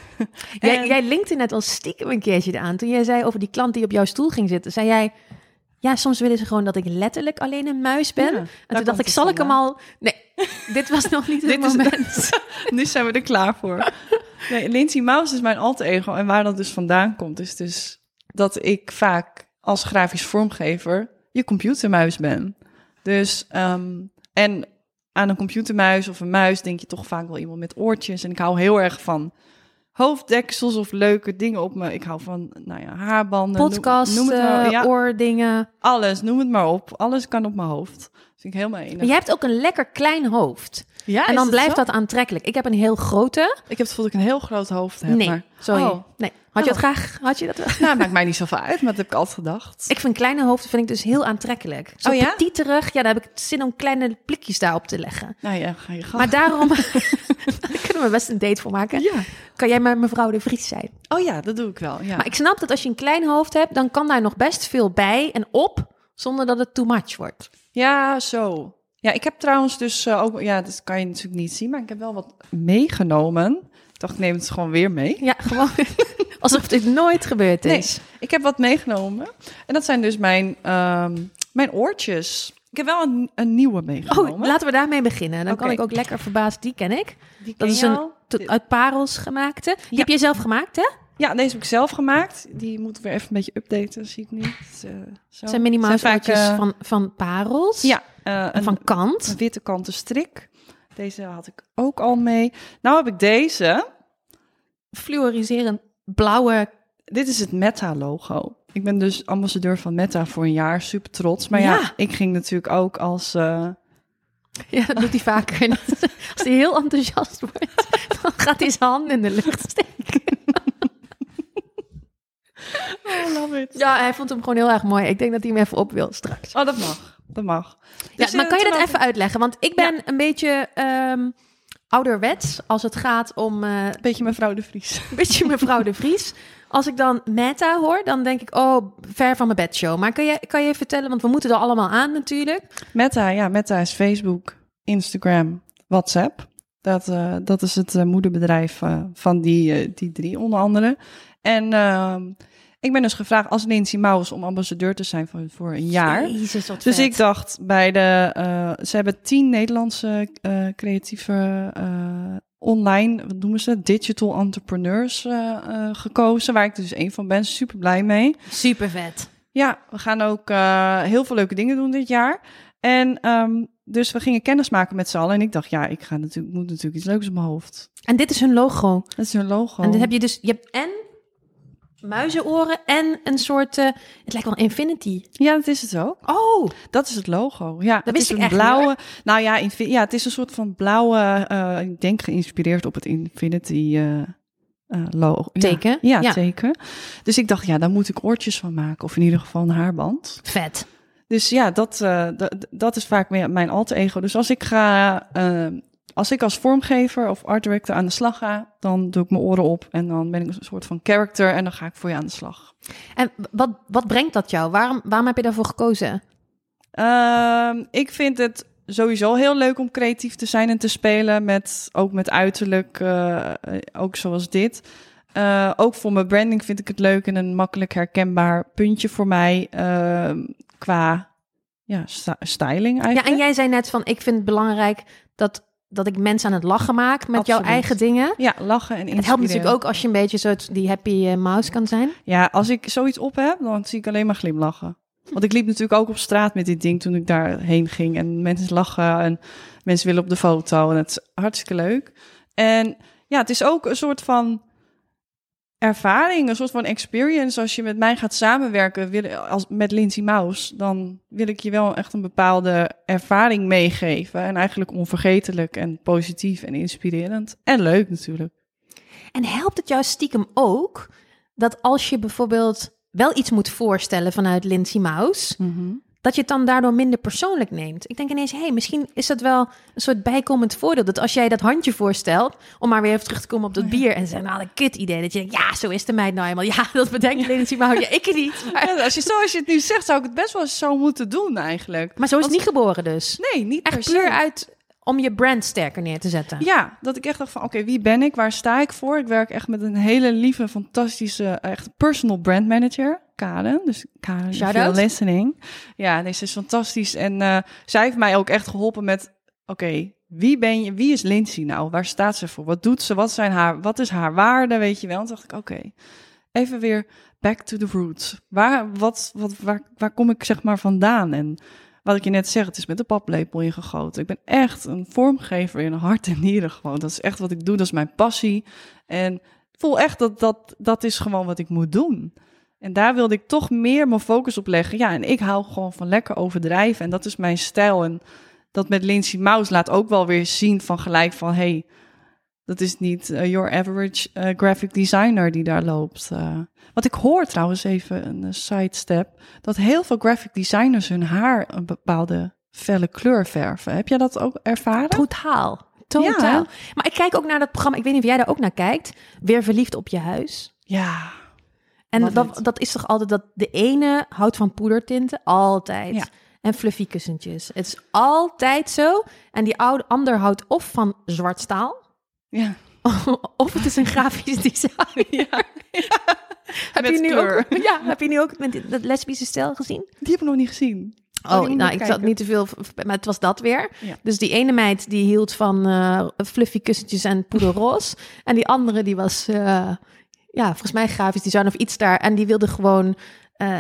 jij, en... jij linkte net al stiekem een keertje aan. Toen jij zei over die klant die op jouw stoel ging zitten, zei jij... Ja, soms willen ze gewoon dat ik letterlijk alleen een muis ben. Ja, en toen dacht ik, zal ik hem al... Nee, dit was nog niet het moment. Nu zijn we er klaar voor. Nee, Lindsay Maus is mijn alter ego. En waar dat dus vandaan komt, is dus dat ik vaak als grafisch vormgever je computermuis ben. Dus, um, en aan een computermuis of een muis denk je toch vaak wel iemand met oortjes. En ik hou heel erg van hoofddeksels of leuke dingen op me. Ik hou van, nou ja, haarbanden. Podcast, noem, noem het maar, ja, oordingen. Alles, noem het maar op. Alles kan op mijn hoofd. Dat vind ik helemaal enig. Maar jij hebt ook een lekker klein hoofd. Ja, en dan blijft zo? dat aantrekkelijk. Ik heb een heel grote. Ik heb het gevoel dat ik een heel groot hoofd heb. Nee, maar... sorry. Oh. Nee. Had je oh. dat graag? Had je dat? Nou, maakt mij niet zoveel uit, maar dat heb ik altijd gedacht. Ik vind kleine hoofden vind ik dus heel aantrekkelijk. Zo oh, ja? petiterig. Ja, daar heb ik zin om kleine plikjes daarop te leggen. Nou ja, ga je gang. Maar daarom daar kunnen we best een date voor maken. Ja. Kan jij maar mevrouw de Vries zijn? Oh ja, dat doe ik wel. Ja. Maar ik snap dat als je een klein hoofd hebt, dan kan daar nog best veel bij en op, zonder dat het too much wordt. Ja, zo. Ja, ik heb trouwens dus uh, ook... Ja, dat kan je natuurlijk niet zien, maar ik heb wel wat meegenomen. Ik dacht, ik neem het gewoon weer mee. Ja, gewoon alsof dit nooit gebeurd is. Nee, ik heb wat meegenomen. En dat zijn dus mijn, um, mijn oortjes. Ik heb wel een, een nieuwe meegenomen. Oh, laten we daarmee beginnen. Dan okay. kan ik ook lekker verbaasd. Die ken ik. Die ken dat is jou? een to- uit parels gemaakte. Die ja. heb je zelf gemaakt, hè? Ja, deze heb ik zelf gemaakt. Die moet weer even een beetje updaten, zie ik niet. Uh, zo. Het zijn mini-mouseoortjes uh, van, van parels. Ja. Uh, een, van kant. Een witte kanten strik. Deze had ik ook al mee. Nou heb ik deze. Fluoriserend blauwe. Dit is het Meta-logo. Ik ben dus ambassadeur van Meta voor een jaar. Super trots. Maar ja, ja ik ging natuurlijk ook als... Uh... Ja, dat doet hij vaker. Als hij heel enthousiast wordt, dan gaat hij zijn hand in de lucht steken. Oh, love it. Ja, hij vond hem gewoon heel erg mooi. Ik denk dat hij hem even op wil straks. Oh, dat mag. Dat mag. Dus ja, maar kan je dat even uitleggen? Want ik ben ja. een beetje um, ouderwets als het gaat om... Uh, een beetje mevrouw de Vries. Een beetje mevrouw de Vries. Als ik dan Meta hoor, dan denk ik, oh, ver van mijn bedshow. Maar kan je, kan je vertellen, want we moeten er allemaal aan natuurlijk. Meta, ja, Meta is Facebook, Instagram, WhatsApp. Dat, uh, dat is het uh, moederbedrijf uh, van die, uh, die drie onder andere. En uh, ik ben dus gevraagd als Lindsay Maus om ambassadeur te zijn voor, voor een jaar. Jezus, wat dus vet. ik dacht bij de, uh, ze hebben tien Nederlandse uh, creatieve uh, online, wat noemen ze, digital entrepreneurs uh, uh, gekozen, waar ik dus een van ben. Super blij mee. Super vet. Ja, we gaan ook uh, heel veel leuke dingen doen dit jaar. En um, dus we gingen kennis maken met z'n allen. En ik dacht, ja, ik ga natuurlijk, moet natuurlijk iets leuks op mijn hoofd. En dit is hun logo. Dat is hun logo. En dan heb je dus, je hebt en muizenoren en een soort, uh, het lijkt wel infinity. Ja, dat is het ook. Oh, dat is het logo. Ja, dat wist is ik een echt blauwe. niet, nou ja, infi- ja, het is een soort van blauwe, uh, ik denk geïnspireerd op het infinity uh, uh, logo. Teken. Ja, ja, ja, teken. Dus ik dacht, ja, daar moet ik oortjes van maken, of in ieder geval een haarband. Vet. Dus ja, dat, uh, d- dat is vaak mijn alter ego. Dus als ik ga, uh, als ik als vormgever of art director aan de slag ga, dan doe ik mijn oren op en dan ben ik een soort van character en dan ga ik voor je aan de slag. En wat, wat brengt dat jou? Waarom, waarom heb je daarvoor gekozen? Uh, ik vind het sowieso heel leuk om creatief te zijn en te spelen met, ook met uiterlijk, uh, ook zoals dit. Uh, ook voor mijn branding vind ik het leuk en een makkelijk herkenbaar puntje voor mij uh, qua ja, st- styling eigenlijk. Ja, en jij zei net van, ik vind het belangrijk dat, dat ik mensen aan het lachen maak met Absoluut. jouw eigen dingen. Ja, lachen en inspireren. Het helpt natuurlijk ook als je een beetje zo die happy uh, mouse kan zijn. Ja, als ik zoiets op heb, dan zie ik alleen maar glimlachen. Want ik liep natuurlijk ook op straat met dit ding toen ik daarheen ging. En mensen lachen en mensen willen op de foto. En het is hartstikke leuk. En ja, het is ook een soort van... ervaring, een soort van experience. Als je met mij gaat samenwerken wil, als, met Lindsay Maus, dan wil ik je wel echt een bepaalde ervaring meegeven. En eigenlijk onvergetelijk en positief en inspirerend. En leuk natuurlijk. En helpt het jou stiekem ook dat als je bijvoorbeeld wel iets moet voorstellen vanuit Lindsay Maus, Mm-hmm. dat je het dan daardoor minder persoonlijk neemt? Ik denk ineens, hé, hey, misschien is dat wel een soort bijkomend voordeel. Dat als jij dat handje voorstelt, om maar weer even terug te komen op dat bier en zeggen, nou, een kut idee. Dat je denkt, ja, zo is de meid nou eenmaal. Ja, dat bedenkt Lindsay Maus. Ja, ik niet. Maar, Ja, als je, zoals je het nu zegt, zou ik het best wel zo moeten doen eigenlijk. maar zo is Want- het niet geboren dus. Nee, niet per Echt se. puur uit om je brand sterker neer te zetten. Ja, dat ik echt dacht van, oké, wie ben ik? Waar sta ik voor? Ik werk echt met een hele lieve, fantastische, echt personal brand manager, Karen. Dus Karen, Shout if you're out. listening. Ja, deze is fantastisch. En uh, zij heeft mij ook echt geholpen met, oké, okay, wie ben je? Wie is Lindsay nou? Waar staat ze voor? Wat doet ze? Wat zijn haar? Wat is haar waarde? Weet je wel? En toen dacht ik, oké, okay, even weer back to the roots. Waar, wat, wat, waar, waar kom ik zeg maar vandaan? En wat ik je net zeg, het is met de paplepel ingegoten. Ik ben echt een vormgever in hart en nieren gewoon. Dat is echt wat ik doe, dat is mijn passie. En ik voel echt dat dat, dat is gewoon wat ik moet doen. En daar wilde ik toch meer mijn focus op leggen. Ja, en ik hou gewoon van lekker overdrijven. En dat is mijn stijl. En dat met Lindsay Maus laat ook wel weer zien van gelijk van, hey, dat is niet uh, your average uh, graphic designer die daar loopt. Uh, wat ik hoor trouwens, even een uh, sidestep, dat heel veel graphic designers hun haar een bepaalde felle kleur verven. Heb jij dat ook ervaren? Totaal. Totaal. Ja. Maar ik kijk ook naar dat programma, ik weet niet of jij daar ook naar kijkt, Weer verliefd op je huis. Ja. En dat, dat is toch altijd dat de ene houdt van poedertinten, altijd. Ja. En fluffy kussentjes. Het is altijd zo. En die oude ander houdt of van zwart staal, Ja. of het is een grafisch design. Ja. Heb, Met je nu kleur. ook, ja, heb je nu ook met dat lesbische stijl gezien? Die heb ik nog niet gezien. Oh, die moet nou, ik ik zat kijken. niet te veel, maar het was dat weer. Ja. Dus die ene meid die hield van uh, fluffy kussentjes en poederroze. En die andere die was, uh, ja, volgens mij grafisch design of iets daar. En die wilde gewoon uh,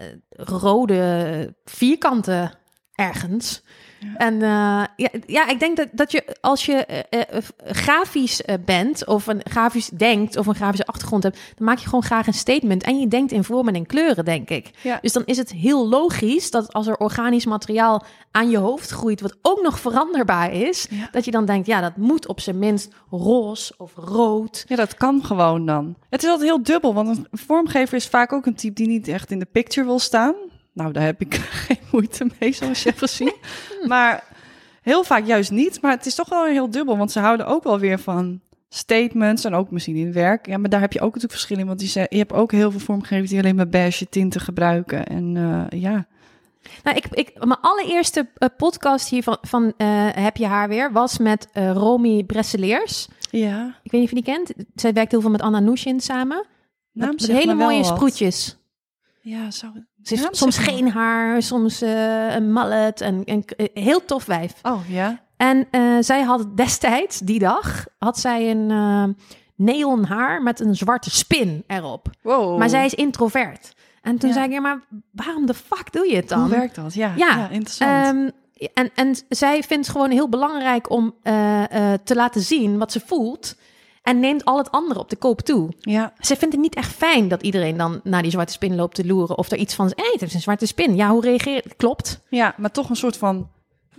rode vierkanten ergens. Ja. En uh, ja, ja, ik denk dat, dat je als je uh, uh, grafisch uh, bent of een grafisch denkt of een grafische achtergrond hebt, dan maak je gewoon graag een statement. En je denkt in vormen en kleuren, denk ik. Ja. Dus dan is het heel logisch dat als er organisch materiaal aan je hoofd groeit, wat ook nog veranderbaar is, ja. dat je dan denkt, ja, dat moet op zijn minst roze of rood. Ja, dat kan gewoon dan. Het is altijd heel dubbel, want een vormgever is vaak ook een type die niet echt in de picture wil staan. Nou, daar heb ik geen moeite mee, zoals je hebt gezien. Maar heel vaak juist niet. Maar het is toch wel heel dubbel, want ze houden ook wel weer van statements en ook misschien in werk. Ja, maar daar heb je ook natuurlijk verschil in, want die, je hebt ook heel veel vormgevers die alleen maar beige tinten gebruiken. En uh, ja... Nou, ik, ik, mijn allereerste uh, podcast hier van, van uh, Heb je haar weer was met uh, Romy Bresseleers. Ja. Ik weet niet of je die kent. Zij werkt heel veel met Anna Nushin samen. Naam met hele mooie sproetjes. Ja, zo. Ze is soms geen haar, soms uh, een mallet en een uh, heel tof wijf. Oh ja. En uh, zij had destijds die dag had zij een uh, neon haar met een zwarte spin erop. Wow. Maar zij is introvert. En toen ja. zei ik, ja, maar waarom de fuck doe je het dan? Hoe werkt dat? Ja, ja. ja interessant. Um, en, en zij vindt het gewoon heel belangrijk om uh, uh, te laten zien wat ze voelt. En neemt al het andere op de koop toe. Ja. Ze vindt het niet echt fijn dat iedereen dan naar die zwarte spin loopt te loeren. Of er iets van, hé, hey, het is een zwarte spin. Ja, hoe reageer je? Klopt. Ja, maar toch een soort van...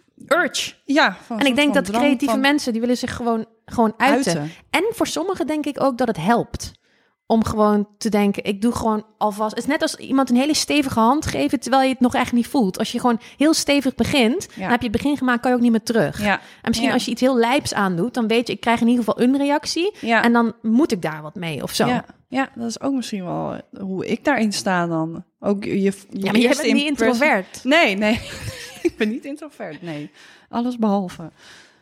urge. Ja. En ik denk dat creatieve van... mensen, die willen zich gewoon, gewoon uiten. uiten. En voor sommigen denk ik ook dat het helpt. Om gewoon te denken, ik doe gewoon alvast... Het is net als iemand een hele stevige hand geven, terwijl je het nog echt niet voelt. Als je gewoon heel stevig begint, ja. dan heb je het begin gemaakt, kan je ook niet meer terug. Ja. En misschien ja. als je iets heel lijps aandoet, dan weet je, ik krijg in ieder geval een reactie. Ja. En dan moet ik daar wat mee of zo. Ja. ja, dat is ook misschien wel hoe ik daarin sta dan. Ook je, je ja, maar je bent niet introvert. Nee, nee. Ik ben niet introvert, nee. Alles behalve.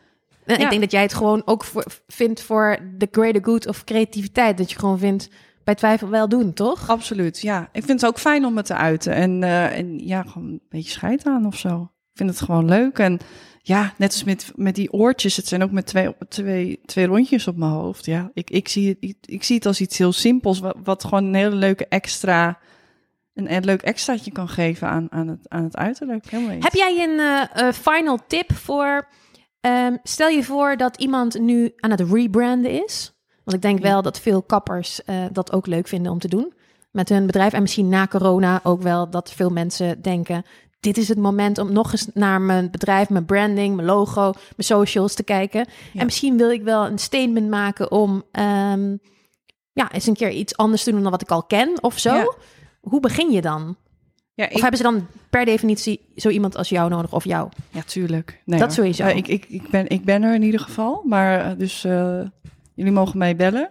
En ja. ik denk dat jij het gewoon ook voor, vindt voor the greater good of creativiteit. Dat je gewoon vindt, bij twijfel wel doen, toch? Absoluut, ja. Ik vind het ook fijn om het te uiten. En, uh, en ja, gewoon een beetje scheid aan of zo. Ik vind het gewoon leuk. En ja, net als met, met die oortjes. Het zijn ook met twee, twee, twee rondjes op mijn hoofd. Ja, ik, ik, zie het, ik, ik zie het als iets heel simpels. Wat, wat gewoon een hele leuke extra... Een, een leuk extraatje kan geven aan, aan, het, aan het uiterlijk. Helemaal eens. Heb jij een uh, uh, final tip voor... Um, stel je voor dat iemand nu aan het rebranden is. Want ik denk Ja. wel dat veel kappers uh, dat ook leuk vinden om te doen met hun bedrijf. En misschien na corona ook wel dat veel mensen denken, dit is het moment om nog eens naar mijn bedrijf, mijn branding, mijn logo, mijn socials te kijken. Ja. En misschien wil ik wel een statement maken om um, ja, eens een keer iets anders te doen dan wat ik al ken of zo. Ja. Hoe begin je dan? Ja, ik... Of hebben ze dan per definitie zo iemand als jou nodig of jou? Ja, tuurlijk. Nee, dat sowieso. Uh, ik, ik, ik, ben, ik ben er in ieder geval, maar uh, dus uh, jullie mogen mij bellen.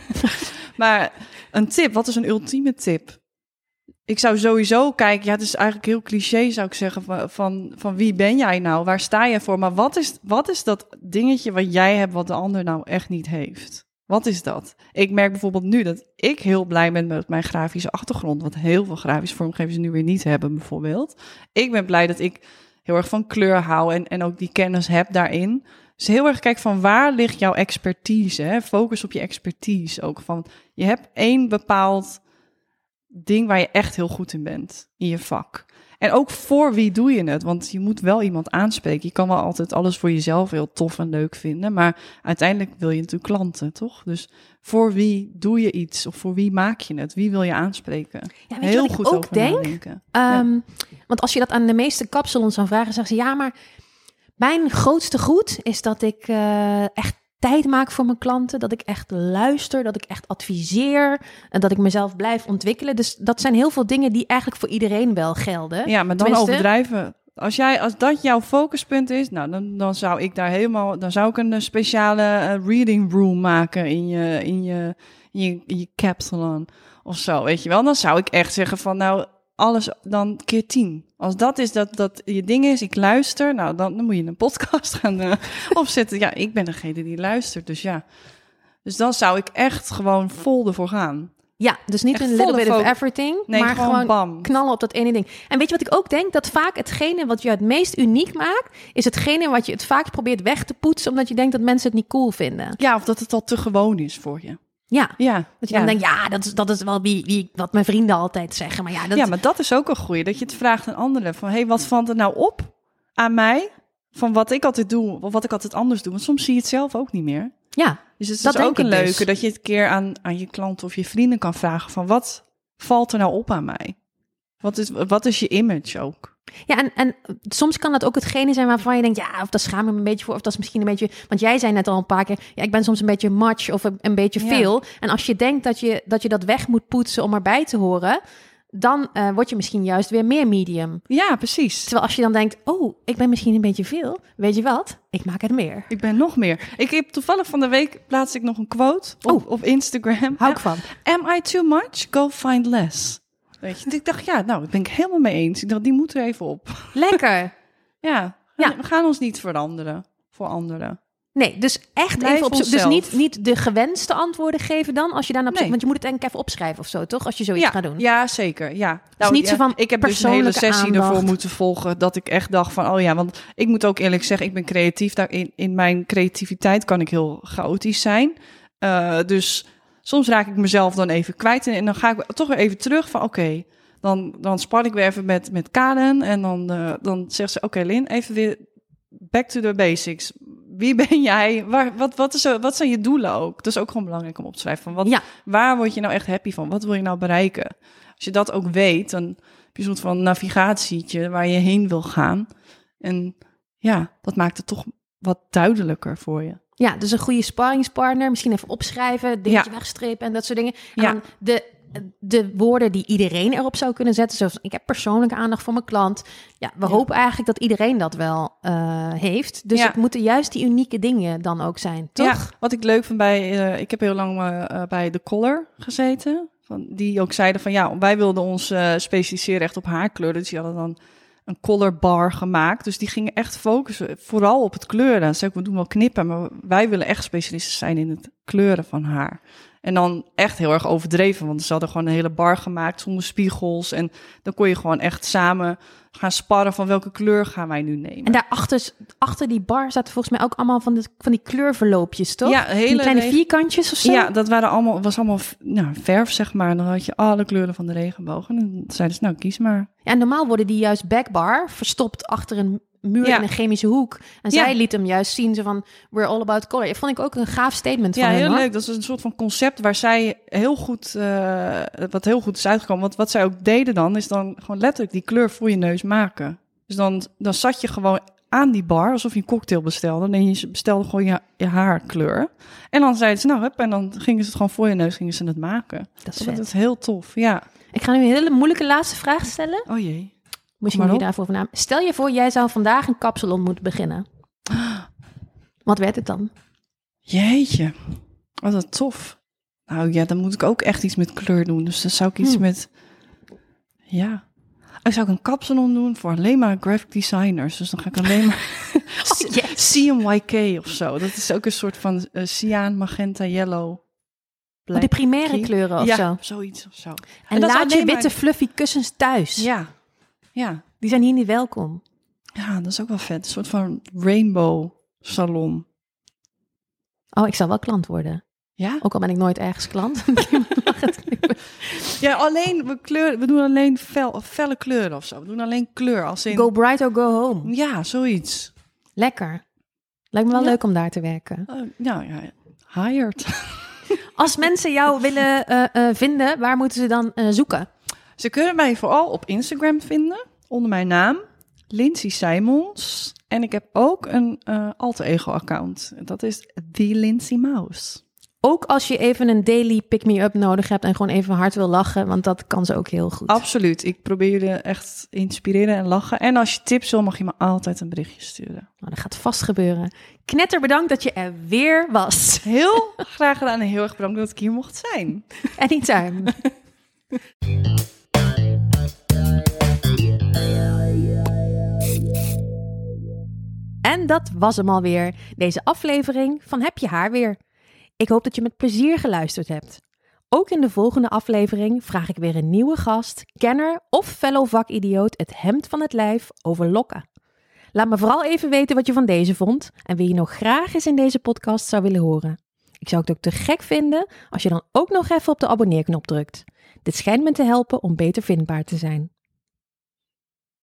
Maar een tip, wat is een ultieme tip? Ik zou sowieso kijken, ja, het is eigenlijk heel cliché, zou ik zeggen, van, van, van wie ben jij nou? Waar sta je voor? Maar wat is, wat is dat dingetje wat jij hebt, wat de ander nou echt niet heeft? Wat is dat? Ik merk bijvoorbeeld nu dat ik heel blij ben met mijn grafische achtergrond, wat heel veel grafische vormgevers nu weer niet hebben, bijvoorbeeld. Ik ben blij dat ik heel erg van kleur hou en, en ook die kennis heb daarin. Dus heel erg kijk van waar ligt jouw expertise? Hè? Focus op je expertise ook. Van, je hebt één bepaald ding waar je echt heel goed in bent, in je vak. En ook voor wie doe je het? Want je moet wel iemand aanspreken. Je kan wel altijd alles voor jezelf heel tof en leuk vinden, maar uiteindelijk wil je natuurlijk klanten, toch? Dus voor wie doe je iets? Of voor wie maak je het? Wie wil je aanspreken? Ja, weet heel je wat goed ik ook denk? Um, ja. Want als je dat aan de meeste kapsalons zou vragen, zeggen ze, ja, maar mijn grootste goed is dat ik uh, echt tijd maak voor mijn klanten, dat ik echt luister, dat ik echt adviseer en dat ik mezelf blijf ontwikkelen. Dus dat zijn heel veel dingen die eigenlijk voor iedereen wel gelden. Ja, maar dan Tenminste, overdrijven. Als jij, als dat jouw focuspunt is, nou, dan, dan zou ik daar helemaal, dan zou ik een speciale uh, reading room maken in je, in je, in je, in je capsalon of zo, weet je wel. Dan zou ik echt zeggen van, nou, alles dan keer tien. Als dat is dat, dat je ding is, ik luister, nou, dan, dan moet je een podcast gaan uh, opzetten. Ja, ik ben degene die luistert, dus ja. Dus dan zou ik echt gewoon vol ervoor gaan. Ja, dus niet echt een little bit of everything, nee, maar gewoon, gewoon knallen op dat ene ding. En weet je wat ik ook denk? Dat vaak hetgene wat je het meest uniek maakt, is hetgene wat je het vaakst probeert weg te poetsen, omdat je denkt dat mensen het niet cool vinden. Ja, of dat het al te gewoon is voor je. Ja, ja, dat je dan ja. denkt, ja, dat is, dat is wel wie, wie, wat mijn vrienden altijd zeggen. Maar ja, dat... ja, maar dat is ook een goeie, dat je het vraagt aan anderen. Van, hé, hey, wat valt er nou op aan mij? Van wat ik altijd doe, of wat ik altijd anders doe. Want soms zie je het zelf ook niet meer. Ja, dus het dat is ook een leuke, dus. dat je het een keer aan, aan je klanten of je vrienden kan vragen van, wat valt er nou op aan mij? Wat is, wat is je image ook? Ja, en, en soms kan dat ook hetgene zijn waarvan je denkt, ja, of daar schaam ik me een beetje voor, of dat is misschien een beetje, want jij zei net al een paar keer, ja, ik ben soms een beetje much of een, een beetje ja. veel. En als je denkt dat je, dat je dat weg moet poetsen om erbij te horen, dan uh, word je misschien juist weer meer medium. Ja, precies. Terwijl als je dan denkt, oh, ik ben misschien een beetje veel, weet je wat? Ik maak het meer. Ik ben nog meer. Ik heb toevallig van de week plaats ik nog een quote op, oh. op Instagram. Hou ik van. Am I too much? Go find less. Weet je, ik dacht, ja, nou, dat ben ik helemaal mee eens. Ik dacht, die moet er even op. Lekker. ja, ja, we gaan ons niet veranderen voor anderen. Nee, dus echt Blijf even op zoek. Dus onszelf. niet, niet de gewenste antwoorden geven dan, als je daar op zoek, Nee. want je moet het eigenlijk even opschrijven of zo, toch? Als je zoiets ja, gaat doen. Ja, zeker. Ja. Dus Nou, niet ja, zo van ik heb dus een hele persoonlijke sessie aandacht. ervoor moeten volgen, dat ik echt dacht van, oh ja, want ik moet ook eerlijk zeggen, ik ben creatief. Daar in, in mijn creativiteit kan ik heel chaotisch zijn. Uh, dus soms raak ik mezelf dan even kwijt en dan ga ik toch weer even terug van, oké, okay, dan, dan spar ik weer even met, met Karen en dan, uh, dan zegt ze, oké, okay, Lin, even weer back to the basics. Wie ben jij? Waar, wat, wat, is er, wat zijn je doelen ook? Dat is ook gewoon belangrijk om op te schrijven. Van wat, ja. Waar word je nou echt happy van? Wat wil je nou bereiken? Als je dat ook weet, dan heb je een soort van navigatietje waar je heen wil gaan. En ja, dat maakt het toch wat duidelijker voor je. Ja, dus een goede sparringspartner. Misschien even opschrijven, dingetje ja. wegstrepen en dat soort dingen. En ja. dan de, de woorden die iedereen erop zou kunnen zetten. Zoals, ik heb persoonlijke aandacht voor mijn klant. Ja, we ja. hopen eigenlijk dat iedereen dat wel uh, heeft. Dus ja. het moeten juist die unieke dingen dan ook zijn, toch? Ja, wat ik leuk vind bij... Uh, ik heb heel lang uh, bij The Color gezeten. Van, die ook zeiden van, ja, wij wilden ons uh, specialiseren echt op haarkleur. Dus die hadden dan een color bar gemaakt. Dus die gingen echt focussen, vooral op het kleuren. Ze zeiden, we doen wel knippen, maar wij willen echt specialisten zijn in het kleuren van haar. En dan echt heel erg overdreven, want ze hadden gewoon een hele bar gemaakt zonder spiegels. En dan kon je gewoon echt samen gaan sparren van welke kleur gaan wij nu nemen. En daarachter, achter die bar zaten volgens mij ook allemaal van, de, van die kleurverloopjes, toch? Ja, hele, die kleine hele, vierkantjes of zo? Ja, dat waren allemaal, was allemaal nou, verf, zeg maar. En dan had je alle kleuren van de regenboog. En dan zeiden ze, nou, kies maar. Ja, normaal worden die juist backbar verstopt achter een muur Ja. in een chemische hoek. En Ja. zij liet hem juist zien, zo van, we're all about color. Dat vond ik ook een gaaf statement Ja, van hem, heel hoor. leuk. Dat is een soort van concept waar zij heel goed, uh, wat heel goed is uitgekomen. Want wat zij ook deden dan, is dan gewoon letterlijk die kleur voor je neus maken. Dus dan, dan zat je gewoon aan die bar, alsof je een cocktail bestelde. En je bestelde gewoon je, je haarkleur. En dan zeiden ze, nou, hup, en dan gingen ze het gewoon voor je neus, gingen ze het maken. Dat is Dat vet. is heel tof, ja. Ik ga nu een hele moeilijke laatste vraag stellen. Oh jee. Misschien Maar moet je op. daarvoor vanavond. Stel je voor, jij zou vandaag een kapsalon moeten beginnen. Wat werd het dan? Jeetje. Wat een tof. Nou ja, dan moet ik ook echt iets met kleur doen. Dus dan zou ik iets Hmm. met... Ja. Dan zou ik een kapsalon doen voor alleen maar graphic designers. Dus dan ga ik alleen maar... Oh, yes. C M Y K of zo. Dat is ook een soort van uh, cyaan, magenta, yellow. Oh, black, de primaire green. kleuren of ja, zo. zoiets of zo. En, En, dat is laat je alleen witte maar- fluffy kussens thuis. Ja. Ja. Die zijn hier niet welkom. Ja, dat is ook wel vet. Een soort van rainbow salon. Oh, ik zal wel klant worden. Ja? Ook al ben ik nooit ergens klant. Ja, alleen, we, kleur, we doen alleen fel, felle kleuren of zo. We doen alleen kleur als in... Go bright or go home. Ja, zoiets. Lekker. Lijkt me wel Ja. leuk om daar te werken. Uh, ja, ja, hired. Als mensen jou willen uh, uh, vinden, waar moeten ze dan uh, zoeken? Ze kunnen mij vooral op Instagram vinden, onder mijn naam, Lindsay Simons. En ik heb ook een uh, alter ego account. Dat is The Lindsay Mouse. Ook als je even een daily pick-me-up nodig hebt en gewoon even hard wil lachen, want dat kan ze ook heel goed. Absoluut. Ik probeer jullie echt inspireren en lachen. En als je tips wil, mag je me altijd een berichtje sturen. Nou, dat gaat vast gebeuren. Knetter bedankt dat je er weer was. Heel graag gedaan en heel erg bedankt dat ik hier mocht zijn. Anytime. En dat was hem alweer. Deze aflevering van Heb je haar weer. Ik hoop dat je met plezier geluisterd hebt. Ook in de volgende aflevering vraag ik weer een nieuwe gast, kenner of fellow vakidioot het hemd van het lijf over lokken. Laat me vooral even weten wat je van deze vond en wie je nog graag eens in deze podcast zou willen horen. Ik zou het ook te gek vinden als je dan ook nog even op de abonneerknop drukt. Dit schijnt me te helpen om beter vindbaar te zijn.